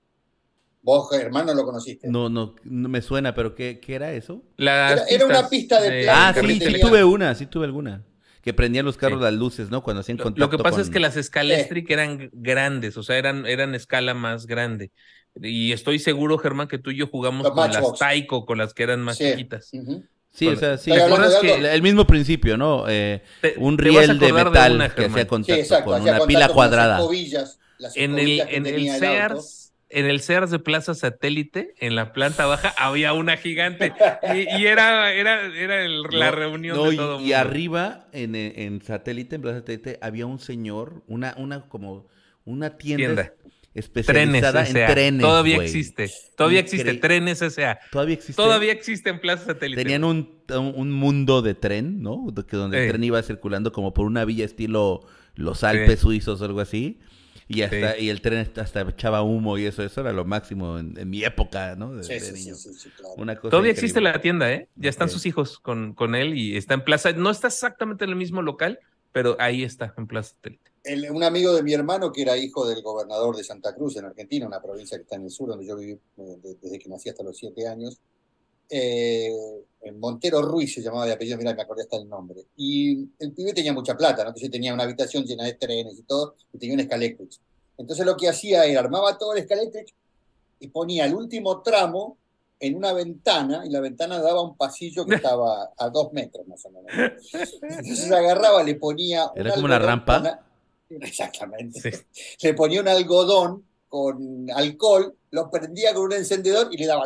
Vos, hermano, lo conociste. No, no, no me suena, pero ¿qué, qué era eso? Las Era- era una pistas pista de de plan Ah, sí, carretera. sí carretera. tuve una, sí tuve alguna. Que prendían los carros Sí. las luces, ¿no? Cuando hacían Lo, contacto lo que pasa con... es que las Scalestric eran grandes, o sea, eran, eran escala más grande. Y estoy seguro, Germán, que tú y yo jugamos Los con las Matchbox. Taiko, con las que eran más Sí. chiquitas. Ujú. Sí, o sea, sí. Estoy hablando ¿Recuerdas de que algo- El mismo principio, ¿no? Eh, Te- un te vas a riel de acordar de metal una, que Germán. hacía Sí, contacto exacto, con hacía una contacto pila con las cuadrada. escobillas, las En el, escobillas que en el tenía el auto. Sears, en el Sears de Plaza Satélite, en la planta baja, había una gigante. Y, y era, era, era el- la No, reunión no, de y, todo y mundo. arriba, en, en satélite, en Plaza Satélite, había un señor, una, una como, una tienda. Tienda. especializada Trenes en S A. trenes, Todavía güey. existe. Todavía Incre- existe. Trenes S A. Todavía existe. Todavía existe en Plaza Satélite. Tenían un, un, un mundo de tren, ¿no? De que donde el Sí. tren iba circulando como por una villa estilo los Alpes Sí. suizos o algo así. Y hasta Sí. y el tren hasta echaba humo y eso, eso era lo máximo en, en mi época, ¿no? De, Sí, de sí, niño. sí, sí, sí, claro. Una cosa Todavía increíble. existe la tienda, ¿eh? Ya están Ok. sus hijos con, con él y está en Plaza. No está exactamente en el mismo local, pero ahí está, en Plaza Satélite. El- un amigo de mi hermano, que era hijo del gobernador de Santa Cruz, en Argentina, una provincia que está en el sur, donde yo viví eh, de- desde que nací hasta los siete años, eh, en Montero Ruiz se llamaba de apellido, mirá, me acordé hasta el nombre. Y el pibe tenía mucha plata, ¿no? Entonces tenía una habitación llena de trenes y todo, y tenía un Scalextric. Entonces lo que hacía era armaba todo el Scalextric y ponía el último tramo en una ventana, y la ventana daba a un pasillo que estaba a dos metros más o menos. Entonces agarraba, le ponía un ¿Era como una algodón rampa? con a- Exactamente. Sí. Le ponía un algodón con alcohol, lo prendía con un encendedor y le daba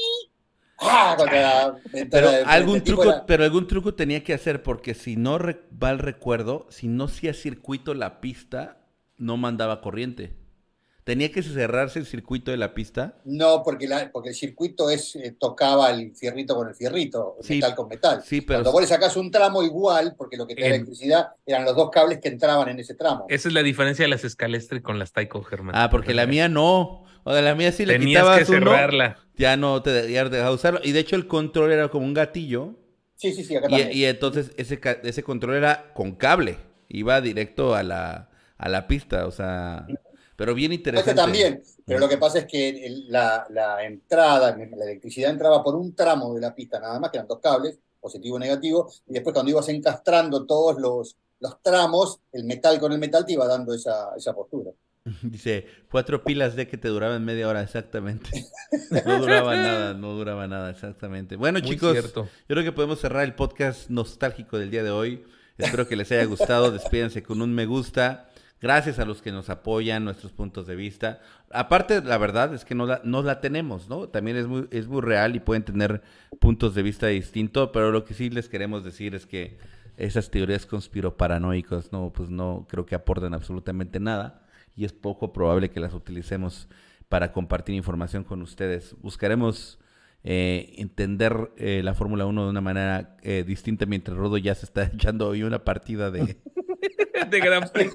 ¡ah! Contra la ventana Pero de algún frente. El tipo truco, era- pero algún truco tenía que hacer porque si no re- mal recuerdo, si no hacía circuito la pista, no mandaba corriente. Tenía que cerrarse el circuito de la pista. No, porque, la, porque el circuito es eh, tocaba el fierrito con el fierrito, Sí, metal con metal. sí, pero Cuando vos le sacás un tramo igual, porque lo que te da En- electricidad eran los dos cables que entraban en ese tramo. Esa es la diferencia de las Scalestri con las Taiko, Germán. Ah, porque la mía no. O sea, la mía sí le Tenías quitabas que uno, cerrarla. ya no te ya dejaba usarlo. Y de hecho el control era como un gatillo. Sí, sí, sí, acá Y, también. y entonces ese, ca- ese control era con cable. Iba directo a la, a la pista. O sea, pero bien interesante. Este también, pero lo que pasa es que el- la, la entrada, la electricidad entraba por un tramo de la pista, nada más, que eran dos cables, positivo y negativo, y después cuando ibas encastrando todos los, los tramos, el metal con el metal te iba dando esa, esa postura. Dice, cuatro pilas de que te duraban media hora, exactamente. No duraba nada, no duraba nada, exactamente. Bueno, Muy chicos, cierto. yo creo que podemos cerrar el podcast nostálgico del día de hoy. Espero que les haya gustado. Despídense con un me gusta. Gracias a los que nos apoyan, nuestros puntos de vista. Aparte, la verdad es que no la, no la tenemos, ¿no? También es muy, es muy real y pueden tener puntos de vista distintos, pero lo que sí les queremos decir es que esas teorías conspiroparanoicas, no, pues no creo que aporten absolutamente nada y es poco probable que las utilicemos para compartir información con ustedes. Buscaremos eh, entender eh, la Fórmula uno de una manera eh, distinta mientras Rodo ya se está echando hoy una partida de... De Gran Prix.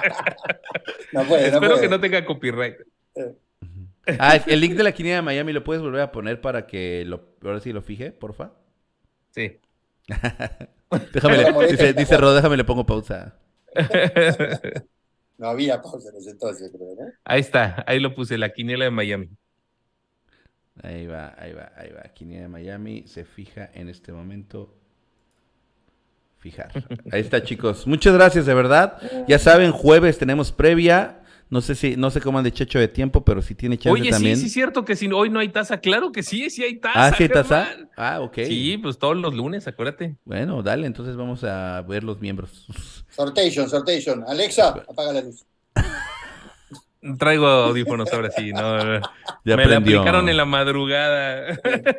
No puede, no Espero puede. que no tenga copyright. Ah, el link de la quiniela de Miami lo puedes volver a poner para que lo, ahora sí lo fije, porfa. Sí. Déjame, le- No molesta, dice, está dice guapo. Rodo, déjame le pongo pausa. No había pausa en ese entonces, creo, ¿no? Ahí está, ahí lo puse, la quiniela de Miami. Ahí va, ahí va, ahí va. Quiniela de Miami se fija en este momento. Fijar. Ahí está, chicos. Muchas gracias, de verdad. Ya saben, jueves tenemos previa. No sé si, no sé cómo ande Checho de tiempo, pero si tiene chance Oye, también. sí, sí, cierto que si hoy no hay taza. Claro que sí, sí hay taza. Ah, ¿sí hay taza? Germán. Ah, ok. Sí, pues todos los lunes, acuérdate. Bueno, dale, entonces vamos a ver los miembros. Sortation, sortation. Alexa, apaga la luz. Traigo audífonos ahora sí, no. Ya Me la aprendió. aplicaron en la madrugada.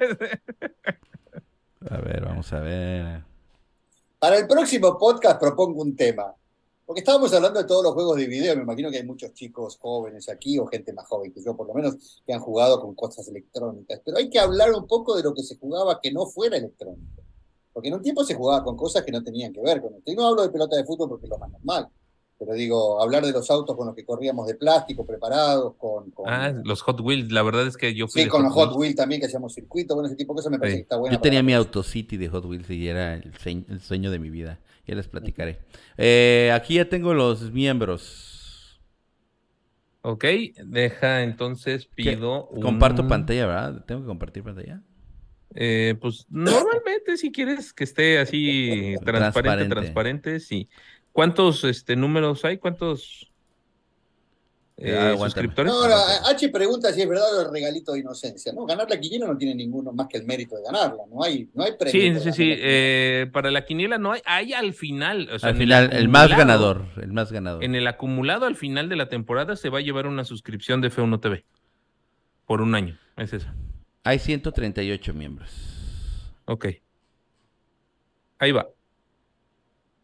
A ver, vamos a ver. Para el próximo podcast propongo un tema. Porque estábamos hablando de todos los juegos de video. Me imagino que hay muchos chicos jóvenes aquí, o gente más joven que yo, por lo menos, que han jugado con cosas electrónicas. Pero hay que hablar un poco de lo que se jugaba que no fuera electrónico. Porque en un tiempo se jugaba con cosas que no tenían que ver con esto. Y no hablo de pelota de fútbol porque es lo más normal. Pero digo, hablar de los autos con los que corríamos de plástico, preparados, con... con Ah, los Hot Wheels, la verdad es que yo fui sí, de con los Hot Wheels. Wheels también, que hacíamos circuito, bueno, ese tipo de cosas me parece Sí. que está bueno. Yo tenía mi Autocity de Hot Wheels y era el, se- el sueño de mi vida. Ya les platicaré. Eh, aquí ya tengo los miembros. Ok, deja entonces ¿Qué? pido un... Comparto pantalla, ¿verdad? ¿Tengo que compartir pantalla? Eh, pues normalmente si quieres que esté así transparente, Transparente. transparente, sí. ¿Cuántos este, números hay? ¿Cuántos eh, Ah, aguántame. suscriptores? No, no, H pregunta si es verdad o el regalito de inocencia. No, ganar la quiniela no tiene ninguno más que el mérito de ganarla. No hay, no hay premio. Sí, por sí, ganar sí. la quiniela. eh, para la quiniela no hay, hay al final. O sea, Al en final, el más acumulado- ganador. El más ganador. En el acumulado al final de la temporada se va a llevar una suscripción de F uno T V por un año. Es eso. Hay ciento treinta y ocho miembros. Ok. Ahí va.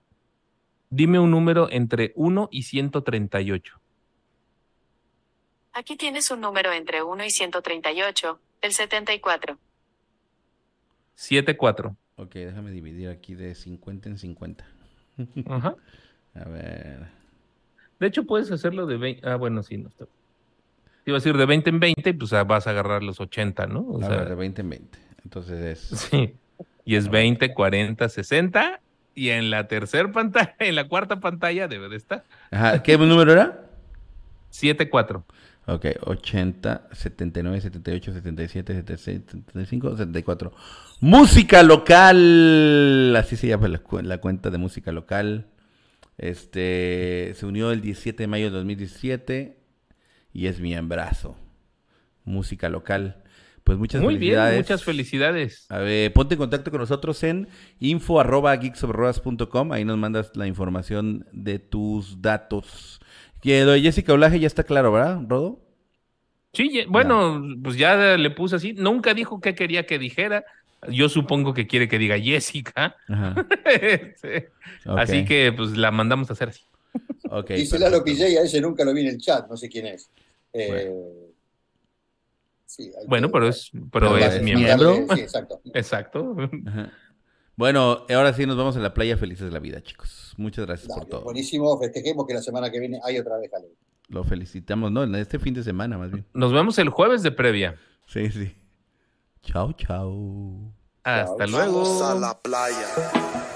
Dime un número entre uno y ciento treinta y ocho. Aquí tienes un número entre uno y ciento treinta y ocho, el setenta y cuatro. siete cuatro. Ok, déjame dividir aquí de cincuenta en cincuenta. Ajá. A ver. De hecho, puedes hacerlo de veinte. Ah, bueno, sí, no está. Te iba a decir de veinte en veinte, pues ah, vas a agarrar los ochenta, ¿no? O A sea, ver, de veinte en veinte. Entonces es. sí. Y es A ver. veinte, cuarenta, sesenta. Y en la tercera pantalla, en la cuarta pantalla debe de estar Ajá, ¿qué número era? siete cuatro. Ok, ochenta, setenta y nueve, setenta y ocho, setenta y siete, setenta y seis, setenta y cinco, setenta y cuatro. Música local. Así se llama la, cu- la cuenta de música local. Este se unió el diecisiete de mayo de dos mil diecisiete y es miembrazo. Música local. Pues muchas Muy bien, felicidades. muchas felicidades. A ver, ponte en contacto con nosotros en info arroba geeks sobre ruedas punto com. Ahí nos mandas la información de tus datos. Que lo de Jessica Olaje ya está claro, ¿verdad, Rodo? Sí, ye- bueno, pues ya le puse así. Nunca dijo qué quería que dijera. Yo supongo que quiere que diga Jessica. Ajá. Sí. Ok. Así que pues la mandamos a hacer así. Ok, Dice Lalo perfecto. P J, a ese nunca lo vi en el chat, no sé quién es. Eh, Bueno. sí, hay Bueno, que pero es, pero Pero es es miembro. miembro. Sí, exacto. Exacto. Ajá. Bueno, ahora sí nos vamos a la playa felices de la vida, chicos. Muchas gracias por Dale, todo. buenísimo, festejemos que la semana que viene hay otra vez, Ale. Lo felicitamos, ¿no? En este fin de semana, más bien. Nos vemos el jueves de previa. Sí, sí. Chao, chao. Hasta Chao. luego. Vamos a la playa.